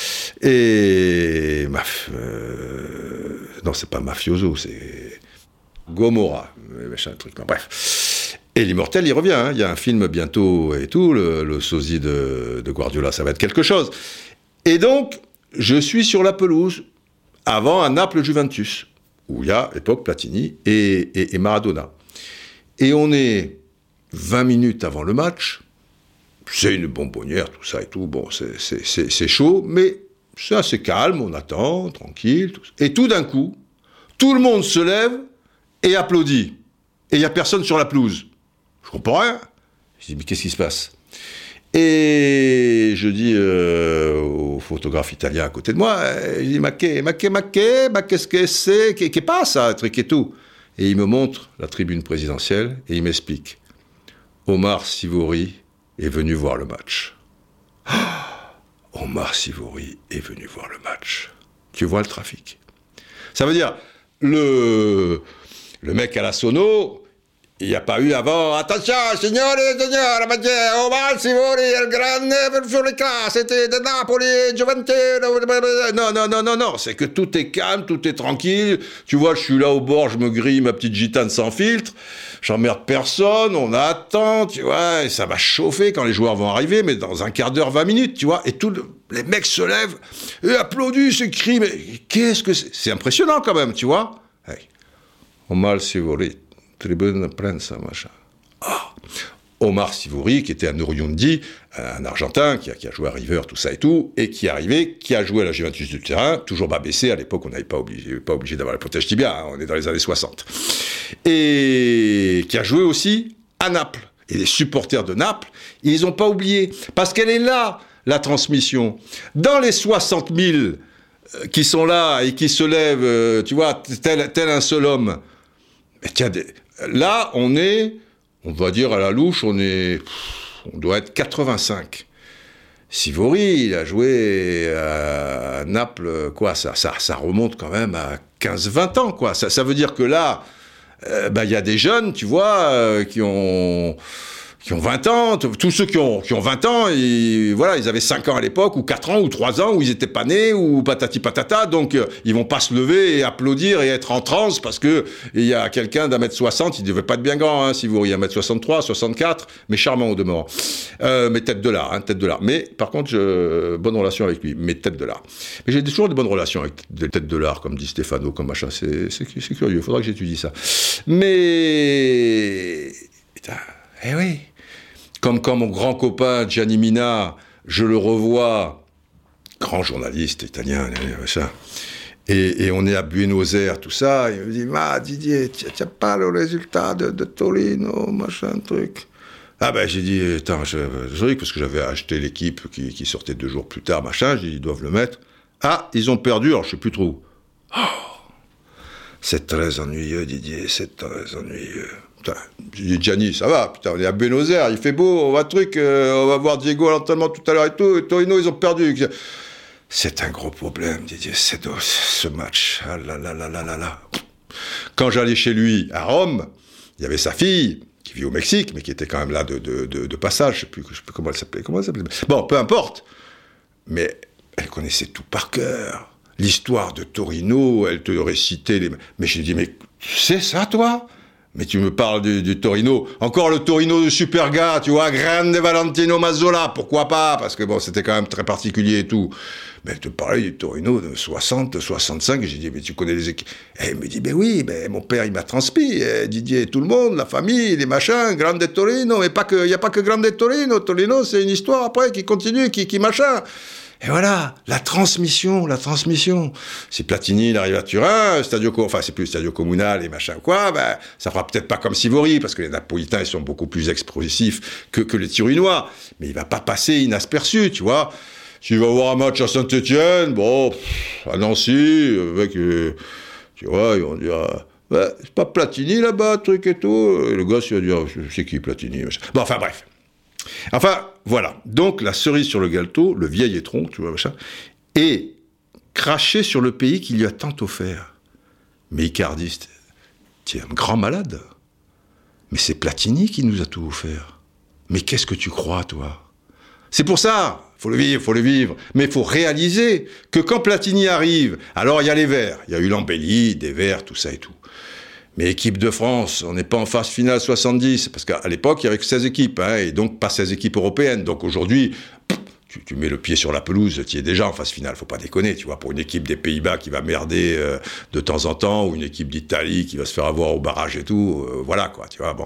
Et maf, euh, non, c'est pas mafioso, c'est Gomorra, machin truc. Non, bref. Et l'immortel, il revient. Hein. Il y a un film bientôt et tout, le, le sosie de, de Guardiola, ça va être quelque chose. Et donc, je suis sur la pelouse avant un Naples-Juventus, où il y a époque Platini et, et, et Maradona. Et on est vingt minutes avant le match, c'est une bonbonnière, tout ça et tout, bon, c'est, c'est, c'est, c'est chaud, mais c'est assez calme, on attend, tranquille, tout ça. Et tout d'un coup, tout le monde se lève et applaudit. Et il n'y a personne sur la pelouse. Je comprends rien. Je dis, mais qu'est-ce qui se passe? Et je dis euh, au photographe italien à côté de moi, je dis, ma che, ma che, ma che, ma qu'est-ce que c'est, qu'est-ce qui passe, ça, truc et tout. Et il me montre la tribune présidentielle et il m'explique. Omar Sivori est venu voir le match. Oh, Omar Sivori est venu voir le match. Tu vois le trafic. Ça veut dire, le, le mec à la sono, il n'y a pas eu avant, attention, signore e signore, Omar Sivori è il grande Furica, c'était de Napoli, Juventus. Non, non, non, non, non, c'est que tout est calme, tout est tranquille. Tu vois, je suis là au bord, je me grille ma petite gitane sans filtre. J'emmerde personne, on attend, tu vois, et ça va chauffer quand les joueurs vont arriver, mais dans un quart d'heure, vingt minutes, tu vois, et tous le, les mecs se lèvent, et applaudissent, et crient, mais qu'est-ce que c'est? C'est impressionnant quand même, tu vois. Hey. Omar Sivori, tribune prensa, machin. Ah. Omar Sivori, qui était un Oriundi, un Argentin, qui a, qui a joué à River, tout ça et tout, et qui est arrivé, qui a joué à la Juventus du terrain, toujours bas baissé, à l'époque on n'avait pas obligé, pas obligé d'avoir le protège tibia, hein, on est dans les années soixante. Et qui a joué aussi à Naples. Et les supporters de Naples, ils n'ont pas oublié, parce qu'elle est là, la transmission. Dans les soixante mille qui sont là et qui se lèvent, euh, tu vois, tel, tel un seul homme, mais tiens, des... là, on est, on va dire à la louche, on est, on doit être quatre-vingt-cinq. Sivori, il a joué à Naples, quoi, ça, ça, ça remonte quand même à quinze vingt ans, quoi. Ça, ça veut dire que là, euh, bah, y a des jeunes, tu vois, euh, qui ont... qui ont vingt ans, tous ceux qui ont, qui ont vingt ans, ils, voilà, ils avaient cinq ans à l'époque, ou quatre ans, ou trois ans, où ils étaient pas nés, ou patati patata, donc euh, ils vont pas se lever et applaudir et être en transe, parce que il y a quelqu'un d'un mètre soixante, il devait pas être bien grand, hein, si vous voyez, un mètre soixante-trois, soixante-quatre, mais charmant au demeurant. Euh, mais tête de l'art, hein, tête de l'art. Mais par contre, je, bonne relation avec lui, mais tête de l'art. Mais j'ai toujours des bonnes relations avec des têtes de l'art, comme dit Stéphano, comme machin, c'est, c'est, c'est curieux, il faudra que j'étudie ça. Mais... Putain, eh oui. Comme quand mon grand copain Gianni Mina, je le revois, grand journaliste italien, machin, et, et on est à Buenos Aires, tout ça, il me dit, ma Didier, tu n'as pas le résultat de, de Torino, machin, truc. Ah ben j'ai dit, attends, je, je, parce que j'avais acheté l'équipe qui, qui sortait deux jours plus tard, machin, j'ai dit, ils doivent le mettre. Ah, ils ont perdu, alors je sais plus trop. Oh, c'est très ennuyeux, Didier, c'est très ennuyeux. Putain, j'ai dit, Gianni, ça va, putain, on est à Buenos Aires, il fait beau, on va truc, euh, on va voir Diego à l'entraînement tout à l'heure et tout, et Torino, ils ont perdu. C'est un gros problème, Didier, c'est ce match, ah là là là là là là. Quand j'allais chez lui, à Rome, il y avait sa fille, qui vit au Mexique, mais qui était quand même là de, de, de, de passage, je sais plus, je sais plus comment elle s'appelait, comment elle s'appelait. Bon, peu importe, mais elle connaissait tout par cœur. L'histoire de Torino, elle te récitait les... Mais je lui ai dit, mais tu sais ça, toi ? Mais tu me parles du, du Torino. Encore le Torino de Superga, tu vois, Grande Valentino Mazzola, pourquoi pas ? Parce que bon, c'était quand même très particulier et tout. Mais elle te parlait du Torino de soixante, soixante-cinq, et j'ai dit, mais tu connais les équipes ? Et elle me dit, ben oui, ben mon père, il m'a transmis, Didier, tout le monde, la famille, les machins, Grande Torino, mais pas que, il n'y a pas que Grande Torino, Torino, c'est une histoire après qui continue, qui, qui machin. Et voilà, la transmission, la transmission. Si Platini, il arrive à Turin, Stadio, enfin, c'est plus Stadio Comunale et machin quoi, ben, ça fera peut-être pas comme Sivori, parce que les Napolitains, ils sont beaucoup plus expressifs que, que les Turinois. Mais il va pas passer inaperçu, tu vois. S'il va voir un match à Saint-Étienne, bon, pff, à Nancy, avec, euh, tu vois, ils vont dire, ouais, c'est pas Platini là-bas, truc et tout. Et le gosse, il va dire, c'est qui Platini, machin. Bon, enfin, bref. Enfin, voilà. Donc, la cerise sur le gâteau, le vieil étron, tu vois, machin, et cracher sur le pays qui lui a tant offert. Mais Icardi, tu es un grand malade. Mais c'est Platini qui nous a tout offert. Mais qu'est-ce que tu crois, toi ? C'est pour ça, faut le vivre, faut le vivre. Mais il faut réaliser que quand Platini arrive, alors il y a les Verts, il y a eu l'embellie, des Verts, tout ça et tout. Mais équipe de France, on n'est pas en phase finale soixante-dix, parce qu'à l'époque, il y avait que seize équipes, hein, et donc pas seize équipes européennes. Donc aujourd'hui, pff, tu, tu mets le pied sur la pelouse, tu y es déjà en phase finale, faut pas déconner, tu vois, pour une équipe des Pays-Bas qui va merder euh, de temps en temps, ou une équipe d'Italie qui va se faire avoir au barrage et tout, euh, voilà quoi, tu vois, bon.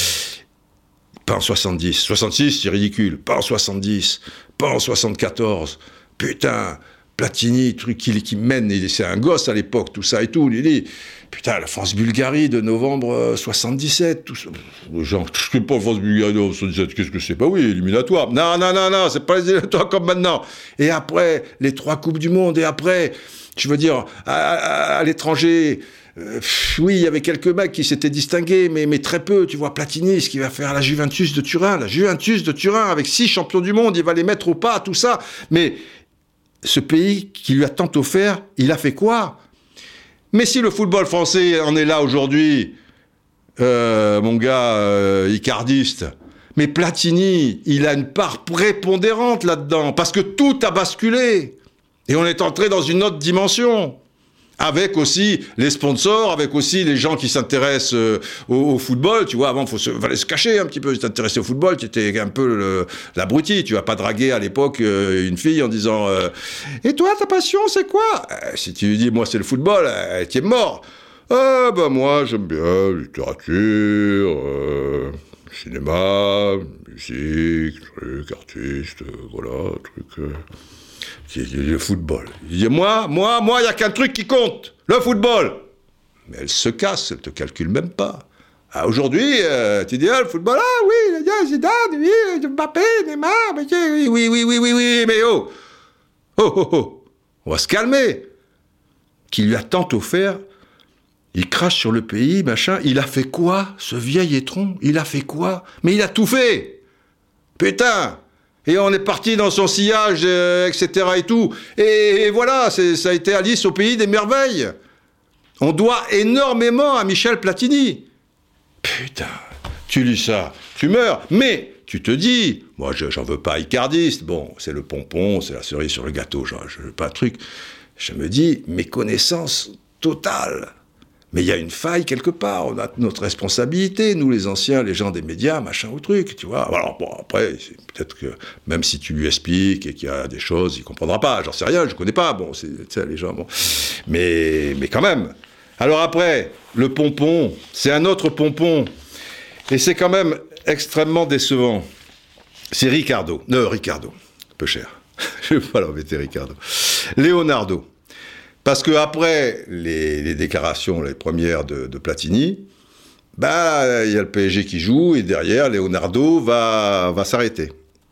Pas en soixante-dix. soixante-six, c'est ridicule. Pas en soixante-dix. Pas en soixante-quatorze. Putain, Platini, truc qui, qui mène, c'est un gosse à l'époque, tout ça et tout. Il dit, putain, la France-Bulgarie de novembre soixante-dix-sept, tout ça. Genre, je sais pas, France-Bulgarie de novembre soixante-dix-sept, qu'est-ce que c'est ? Bah oui, éliminatoire. Non, non, non, non, c'est pas les éliminatoires comme maintenant. Et après, les trois Coupes du Monde, et après, je veux dire, à, à, à l'étranger... Euh, oui, il y avait quelques mecs qui s'étaient distingués, mais, mais très peu. Tu vois, Platini, ce qu'il va faire à la Juventus de Turin, la Juventus de Turin, avec six champions du monde, il va les mettre au pas, tout ça. Mais ce pays qui lui a tant offert, il a fait quoi ? Mais si le football français en est là aujourd'hui, euh, mon gars euh, icardiste, mais Platini, il a une part prépondérante là-dedans, parce que tout a basculé. Et on est entré dans une autre dimension. Avec aussi les sponsors, avec aussi les gens qui s'intéressent euh, au, au football, tu vois, avant, il fallait se cacher un petit peu, si t'intéressais au football, tu étais un peu le, l'abruti, tu vas pas draguer à l'époque euh, une fille en disant euh, « Et toi, ta passion, c'est quoi ?» euh, Si tu lui dis « Moi, c'est le football euh, », tu es mort. « Ah, ben moi, j'aime bien littérature, euh, cinéma, musique, truc, artiste, euh, voilà, truc... Euh. » Le football. Il dit, moi, moi, moi, il n'y a qu'un truc qui compte, le football. Mais elle se casse, elle te calcule même pas. Ah, aujourd'hui, euh, tu dis, ah, le football, ah oui, il y a Zidane, oui, Mbappé, Neymar, mais, oui, oui, oui, oui, oui, oui, mais oh, oh, oh, oh, on va se calmer. Qui lui a tant offert, il crache sur le pays, machin, il a fait quoi, ce vieil étron? Il a fait quoi? Mais il a tout fait. Putain. Et on est parti dans son sillage, euh, et cetera et tout. Et, et voilà, c'est, ça a été Alice au pays des merveilles. On doit énormément à Michel Platini. Putain, tu lis ça, tu meurs. Mais tu te dis, moi je, j'en veux pas Icardiste, bon, c'est le pompon, c'est la cerise sur le gâteau, je, je veux pas de truc. Je me dis, méconnaissance totale. Mais il y a une faille quelque part, on a notre responsabilité, nous les anciens, les gens des médias, machin ou truc, tu vois. Alors bon, après, c'est peut-être que même si tu lui expliques et qu'il y a des choses, il comprendra pas, j'en sais rien, je connais pas, bon, c'est, tu sais, les gens, bon. Mais, mais quand même. Alors après, le pompon, c'est un autre pompon, et c'est quand même extrêmement décevant. C'est Ricardo, non, Ricardo, peu cher, je ne vais pas l'embêter Ricardo. Leonardo, parce que après les, les déclarations, les premières de, de Platini, bah il y a le P S G qui joue, et derrière, Leonardo va, va s'arrêter.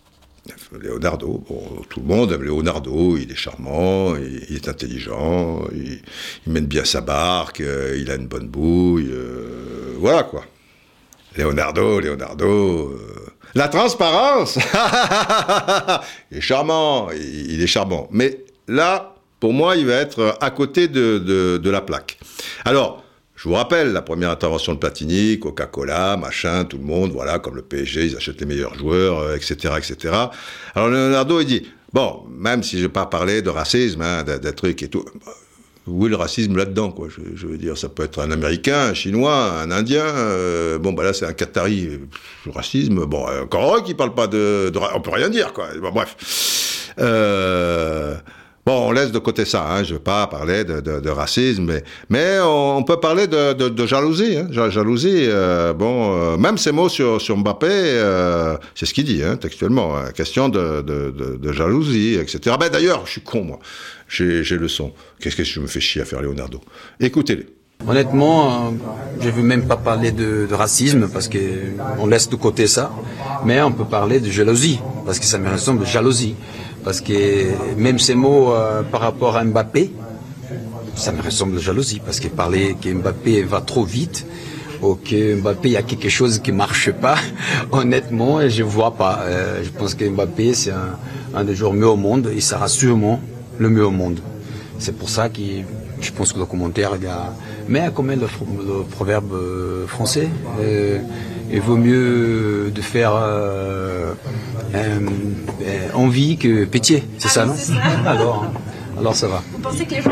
Leonardo, bon, tout le monde aime Leonardo, il est charmant, il, il est intelligent, il, il mène bien sa barque, euh, il a une bonne bouille, euh, voilà quoi. Leonardo, Leonardo, euh, la transparence. Il est charmant, il, il est charmant. Mais là, pour moi, il va être à côté de, de, de la plaque. Alors, je vous rappelle, la première intervention de Platini, Coca-Cola, machin, tout le monde, voilà, comme le P S G, ils achètent les meilleurs joueurs, euh, et cetera, et cetera. Alors Leonardo, il dit, bon, même si je n'ai pas parlé de racisme, hein, de, de trucs et tout, où est le racisme là-dedans, quoi, je, je veux dire, ça peut être un Américain, un Chinois, un Indien, euh, bon, bah là, c'est un Qatari, le racisme, bon, encore heureux qu'il ne parle pas de, de... On peut rien dire, quoi, bon, bref. Euh... Bon, on laisse de côté ça, hein, je ne veux pas parler de, de, de racisme, mais, mais on peut parler de, de, de jalousie. Hein, jalousie, euh, bon, euh, même ces mots sur, sur Mbappé, euh, c'est ce qu'il dit, hein, textuellement, hein, question de, de, de, de jalousie, et cetera. Ben, d'ailleurs, je suis con, moi, j'ai, j'ai le son. Qu'est-ce que je me fais chier à faire Leonardo? Écoutez-les. Honnêtement, euh, je ne veux même pas parler de, de racisme, parce qu'on laisse de côté ça, mais on peut parler de jalousie, parce que ça me ressemble de jalousie. Parce que même ces mots euh, par rapport à Mbappé, ça me ressemble de jalousie. Parce que parler que Mbappé va trop vite, ou que Mbappé, il y a quelque chose qui ne marche pas, honnêtement, je ne vois pas. Euh, je pense que Mbappé, c'est un, un des joueurs mieux au monde, et il sera sûrement le mieux au monde. C'est pour ça que je pense que le commentaire, il y a... Mais comme le, le proverbe français, euh, il vaut mieux de faire euh, euh, envie que pitié, c'est ah, ça, non c'est ça. alors, alors ça va. Vous pensez que les gens...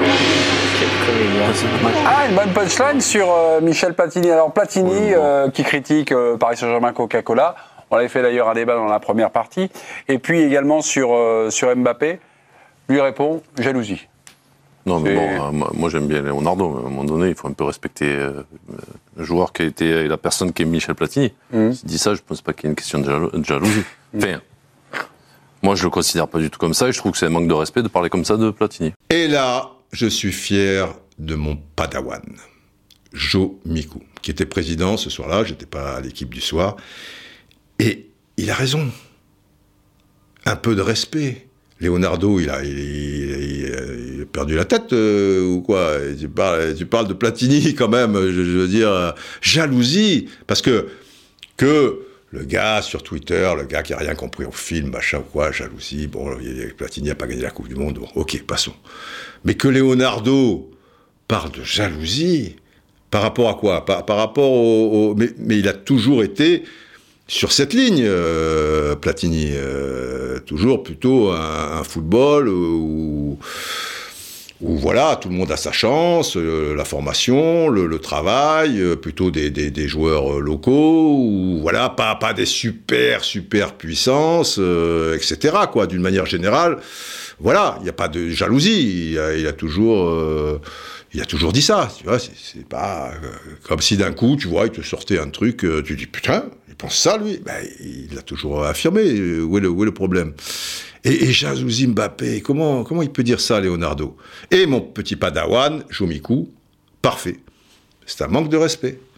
Ah, une bonne punchline sur euh, Michel Platini. Alors Platini, oui, bon. euh, qui critique euh, Paris Saint-Germain, Coca-Cola, on avait fait d'ailleurs un débat dans la première partie, et puis également sur, euh, sur Mbappé, lui répond jalousie. Non, mais bon, euh, moi j'aime bien Leonardo, mais à un moment donné, il faut un peu respecter euh, le joueur qui a été, la personne qui est Michel Platini. Mmh. S'il dit ça, je ne pense pas qu'il y ait une question de, jalo- de jalousie. Mmh. Enfin, moi je ne le considère pas du tout comme ça, et je trouve que c'est un manque de respect de parler comme ça de Platini. Et là, je suis fier de mon padawan, Joe Mikou, qui était président ce soir-là, j'étais pas à l'équipe du soir, et il a raison. Un peu de respect. Leonardo, il a, il, il, il a perdu la tête, euh, ou quoi? Tu parles, tu parles de Platini, quand même, je, je veux dire, euh, jalousie, parce que, que le gars sur Twitter, le gars qui a rien compris au film, machin ou quoi, jalousie, bon, Platini n'a pas gagné la Coupe du Monde, bon, ok, passons. Mais que Leonardo parle de jalousie, par rapport à quoi? Par, par rapport au... au mais, mais il a toujours été... sur cette ligne, euh, Platini, euh, toujours plutôt un, un football où, où voilà, tout le monde a sa chance, euh, la formation, le, le travail, euh, plutôt des, des, des joueurs locaux, où, voilà, pas, pas des super, super puissances, euh, et cetera, quoi, d'une manière générale. Voilà, il n'y a pas de jalousie, il a, il a toujours... Euh, Il a toujours dit ça, tu vois, c'est, c'est pas euh, comme si d'un coup, tu vois, il te sortait un truc, euh, tu dis, putain, il pense ça, lui. Ben, il l'a toujours affirmé, euh, où est le, où est le problème? Et, et jalousie Mbappé, comment, comment il peut dire ça, Leonardo? Et mon petit padawan, Joe Mikou, parfait. C'est un manque de respect.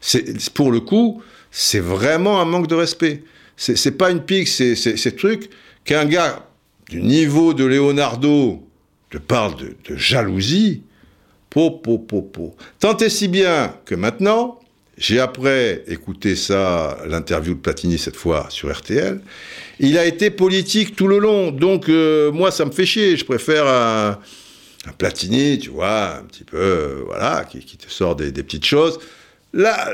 C'est, pour le coup, c'est vraiment un manque de respect. C'est, c'est pas une pique, c'est, c'est, c'est truc qu'un gars du niveau de Leonardo te parle de, de jalousie. Po, po, po, po. Tant et si bien que maintenant, j'ai après écouté ça, l'interview de Platini cette fois sur R T L, il a été politique tout le long. Donc, euh, moi, ça me fait chier. Je préfère un, un Platini, tu vois, un petit peu, euh, voilà, qui, qui te sort des, des petites choses. La,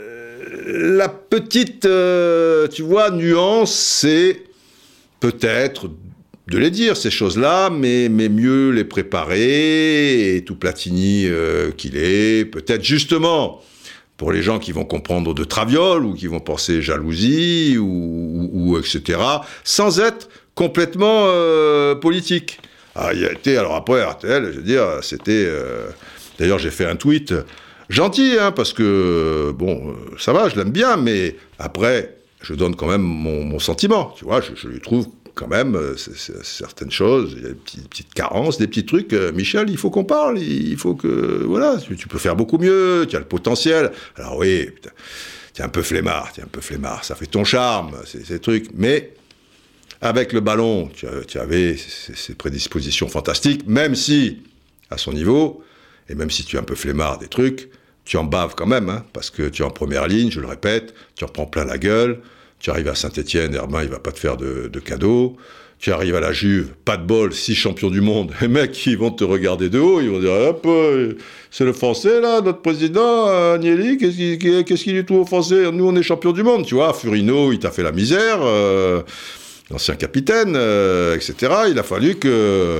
la petite, euh, tu vois, nuance, c'est peut-être de les dire, ces choses-là, mais, mais mieux les préparer, et tout Platini euh, qu'il est, peut-être justement, pour les gens qui vont comprendre de traviole, ou qui vont penser jalousie, ou, ou, ou et cetera, sans être complètement euh, politique. Ah, il a été, alors après, R T L, je veux dire, c'était... Euh, d'ailleurs, j'ai fait un tweet... gentil, hein, parce que, bon, ça va, je l'aime bien, mais après, je donne quand même mon, mon sentiment, tu vois, je, je lui trouve quand même c'est, c'est, certaines choses, il y a des petites, petites carences, des petits trucs, euh, Michel, il faut qu'on parle, il faut que, voilà, tu, tu peux faire beaucoup mieux, tu as le potentiel, alors oui, putain, tu es un peu flemmard, tu es un peu flemmard, ça fait ton charme, ces, ces trucs, mais avec le ballon, tu, tu avais ces, ces prédispositions fantastiques, même si, à son niveau, et même si tu es un peu flemmard des trucs, tu en baves quand même, hein, parce que tu es en première ligne, je le répète, tu en prends plein la gueule, tu arrives à Saint-Étienne, Herbin, il va pas te faire de, de cadeaux, tu arrives à la Juve, pas de bol, six champions du monde, les mecs, ils vont te regarder de haut, ils vont dire, hop, euh, c'est le Français, là, notre président, euh, Agnelli, qu'est-ce qu'il, qu'est-ce qu'il est tout offensé, nous, on est champions du monde, tu vois, Furino, il t'a fait la misère, euh, l'ancien capitaine, euh, et cetera, il a fallu que...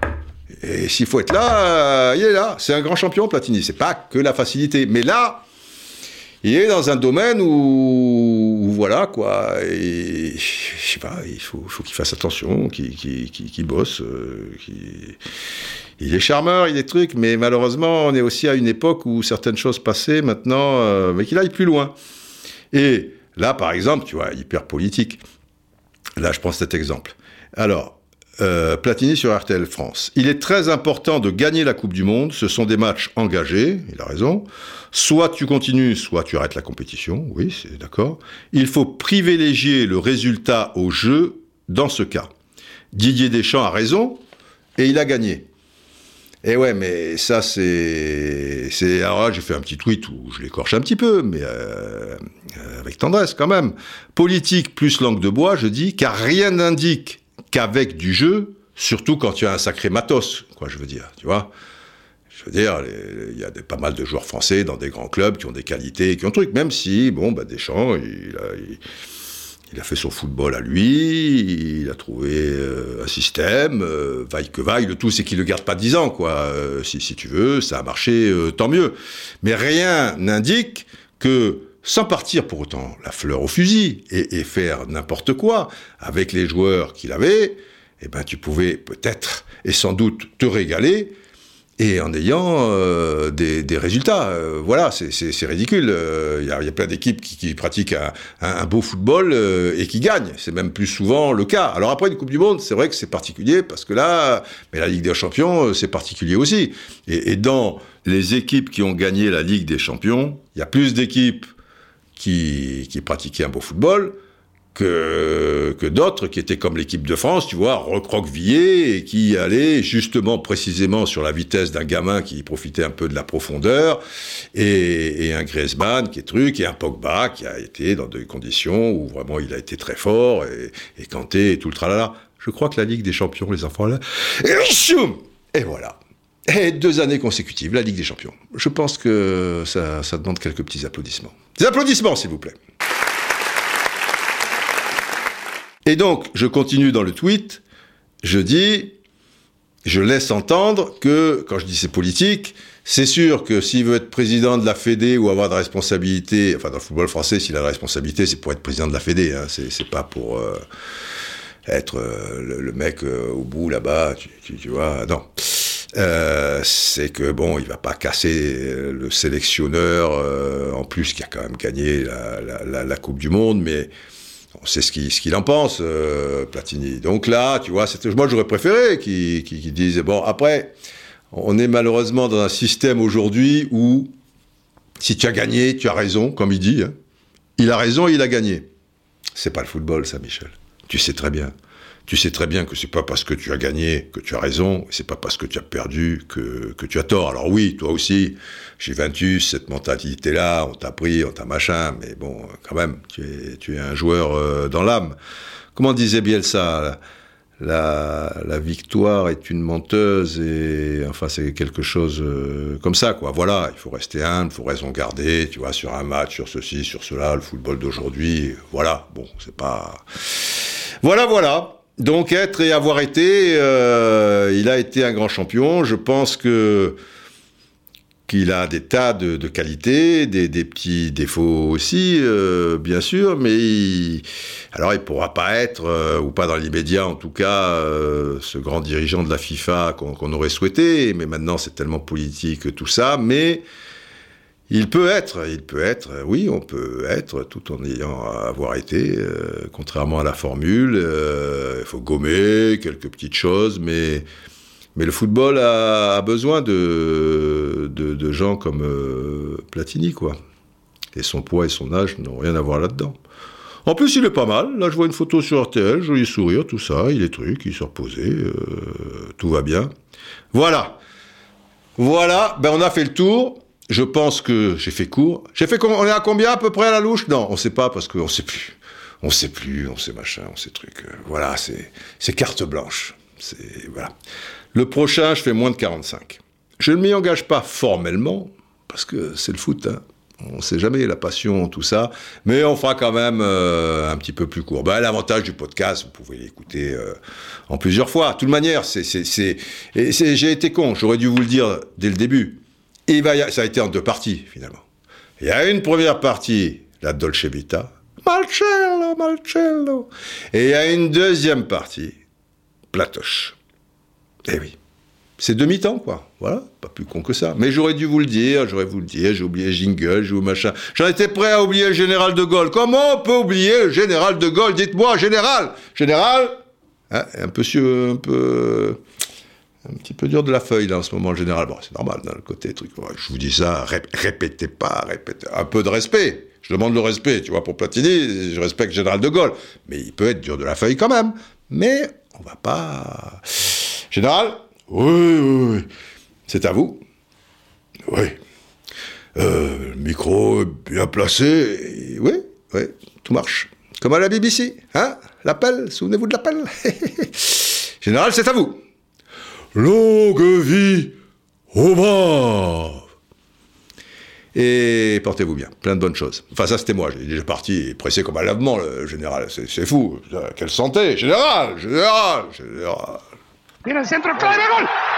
Et s'il faut être là, euh, il est là. C'est un grand champion, Platini. C'est pas que la facilité. Mais là, il est dans un domaine où, où voilà, quoi. Et, je sais pas, il faut, faut qu'il fasse attention, qu'il, qu'il, qu'il, qu'il bosse. Euh, qu'il... Il est charmeur, il est trucs, mais malheureusement, on est aussi à une époque où certaines choses passaient maintenant, euh, mais qu'il aille plus loin. Et là, par exemple, tu vois, hyper politique. Là, je prends cet exemple. Alors, Euh, Platini sur R T L France. Il est très important de gagner la Coupe du Monde. Ce sont des matchs engagés. Il a raison. Soit tu continues, soit tu arrêtes la compétition. Oui, c'est d'accord. Il faut privilégier le résultat au jeu dans ce cas. Didier Deschamps a raison et il a gagné. Et ouais, mais ça, c'est... c'est... Alors là, j'ai fait un petit tweet où je l'écorche un petit peu, mais euh, avec tendresse quand même. Politique plus langue de bois, je dis, car rien n'indique qu'avec du jeu, surtout quand tu as un sacré matos, quoi, je veux dire, tu vois. Je veux dire, il y a des, pas mal de joueurs français dans des grands clubs qui ont des qualités, qui ont trucs, même si, bon, bah, Deschamps, il a, il, il a fait son football à lui, il a trouvé euh, un système, euh, vaille que vaille, le tout, c'est qu'il le garde pas dix ans, quoi. Euh, si, si tu veux, ça a marché, euh, tant mieux. Mais rien n'indique que, sans partir pour autant la fleur au fusil et, et faire n'importe quoi avec les joueurs qu'il avait, eh ben tu pouvais peut-être et sans doute te régaler et en ayant euh, des, des résultats. Euh, voilà, c'est, c'est, c'est ridicule. Il euh, y, y a plein d'équipes qui, qui pratiquent un, un, un beau football euh, et qui gagnent. C'est même plus souvent le cas. Alors après une Coupe du Monde, c'est vrai que c'est particulier parce que là, mais la Ligue des Champions, c'est particulier aussi. Et, et dans les équipes qui ont gagné la Ligue des Champions, il y a plus d'équipes Qui, qui pratiquaient un beau football, que, que d'autres qui étaient comme l'équipe de France, tu vois, recroquevillés, et qui allaient justement, précisément, sur la vitesse d'un gamin qui profitait un peu de la profondeur, et, et un Griezmann qui est truc, et un Pogba qui a été dans des conditions où vraiment il a été très fort, et, et Kanté, et tout le tralala. Je crois que la Ligue des Champions, les enfants, là, et voilà. Et deux années consécutives, la Ligue des Champions. Je pense que ça, ça demande quelques petits applaudissements. Des applaudissements, s'il vous plaît. Et donc, je continue dans le tweet, je dis, je laisse entendre que, quand je dis c'est politique, c'est sûr que s'il veut être président de la Fédé ou avoir de la responsabilité, enfin dans le football français, s'il a de la responsabilité, c'est pour être président de la Fédé, hein, c'est, c'est pas pour euh, être euh, le, le mec euh, au bout là-bas, tu, tu, tu vois, non. Euh, c'est que bon, il va pas casser le sélectionneur, euh, en plus qui a quand même gagné la, la, la, la Coupe du Monde, mais on sait ce qu'il, ce qu'il en pense, euh, Platini. Donc là, tu vois, c'était, moi j'aurais préféré qu'il, qu'il, qu'il dise, bon, après, on est malheureusement dans un système aujourd'hui où Si tu as gagné, tu as raison, comme il dit. Hein. Il a raison et il a gagné. C'est pas le football, ça, Michel. Tu sais très bien. Tu sais très bien que c'est pas parce que tu as gagné que tu as raison, et c'est pas parce que tu as perdu que, que tu as tort. Alors oui, toi aussi, Juventus, cette mentalité-là, on t'a pris, on t'a machin, mais bon, quand même, tu es, tu es un joueur euh, dans l'âme. Comment disait Bielsa ? La, la victoire est une menteuse et enfin c'est quelque chose euh, comme ça quoi. Voilà, il faut rester humble, il faut raison garder, tu vois, sur un match, sur ceci, sur cela, le football d'aujourd'hui, voilà. Bon, c'est pas. Voilà, voilà. Donc être et avoir été, euh, il a été un grand champion. Je pense que qu'il a des tas de, de qualités, des, des petits défauts aussi, euh, bien sûr, mais il, alors il pourra pas être, euh, ou pas dans l'immédiat en tout cas, euh, ce grand dirigeant de la FIFA qu'on, qu'on aurait souhaité, mais maintenant c'est tellement politique tout ça, mais il peut être, il peut être, oui, on peut être, tout en ayant à avoir été, euh, contrairement à la formule, euh, il faut gommer quelques petites choses, mais... Mais le football a, a besoin de, de, de gens comme euh, Platini, quoi. Et son poids et son âge n'ont rien à voir là-dedans. En plus, il est pas mal. Là, je vois une photo sur R T L, joli sourire, tout ça. Il est truc, il s'est reposé, euh, tout va bien. Voilà. Voilà, ben on a fait le tour. Je pense que j'ai fait court. J'ai fait, on est à combien à peu près à la louche ? Non, on sait pas parce qu'on sait plus. On sait plus, on sait machin, on sait truc. Voilà, c'est, c'est carte blanche. C'est, voilà. Le prochain, je fais moins de quarante-cinq. Je ne m'y engage pas formellement, parce que c'est le foot, hein. On ne sait jamais, la passion, tout ça, mais on fera quand même euh, un petit peu plus court. Ben, l'avantage du podcast, vous pouvez l'écouter euh, en plusieurs fois. De toute manière, c'est, c'est, c'est, et c'est, j'ai été con, j'aurais dû vous le dire dès le début. Et il va y a, ça a été en deux parties, finalement. Il y a une première partie, la Dolce Vita, Marcello, Marcello. Et il y a une deuxième partie, Platoche. Eh oui, c'est demi-temps, quoi. Voilà, pas plus con que ça. Mais j'aurais dû vous le dire, j'aurais vous le dire, j'ai oublié Jingle, j'ai oublié machin. J'en étais prêt à oublier le général de Gaulle. Comment on peut oublier le général de Gaulle ? Dites-moi, général Général hein, un peu, un peu... Un petit peu dur de la feuille, là, en ce moment, le général. Bon, c'est normal, dans le côté truc. Je vous dis ça, ré- répétez pas, répétez. Un peu de respect. Je demande le respect, tu vois, pour Platini, je respecte le général de Gaulle. Mais il peut être dur de la feuille quand même. Mais on va pas... Général ? Oui, oui, oui. C'est à vous ? Oui. Euh, le micro bien placé. Et oui, oui, tout marche. Comme à la B B C, hein ? L'appel, souvenez-vous de l'appel ? Général, c'est à vous. Longue vie au brave. Et portez-vous bien, plein de bonnes choses. Enfin, ça, c'était moi. J'ai déjà parti, pressé comme un lavement, le général. C'est, c'est fou. Quelle santé, général, général, général. Tira el centro, clave, gol.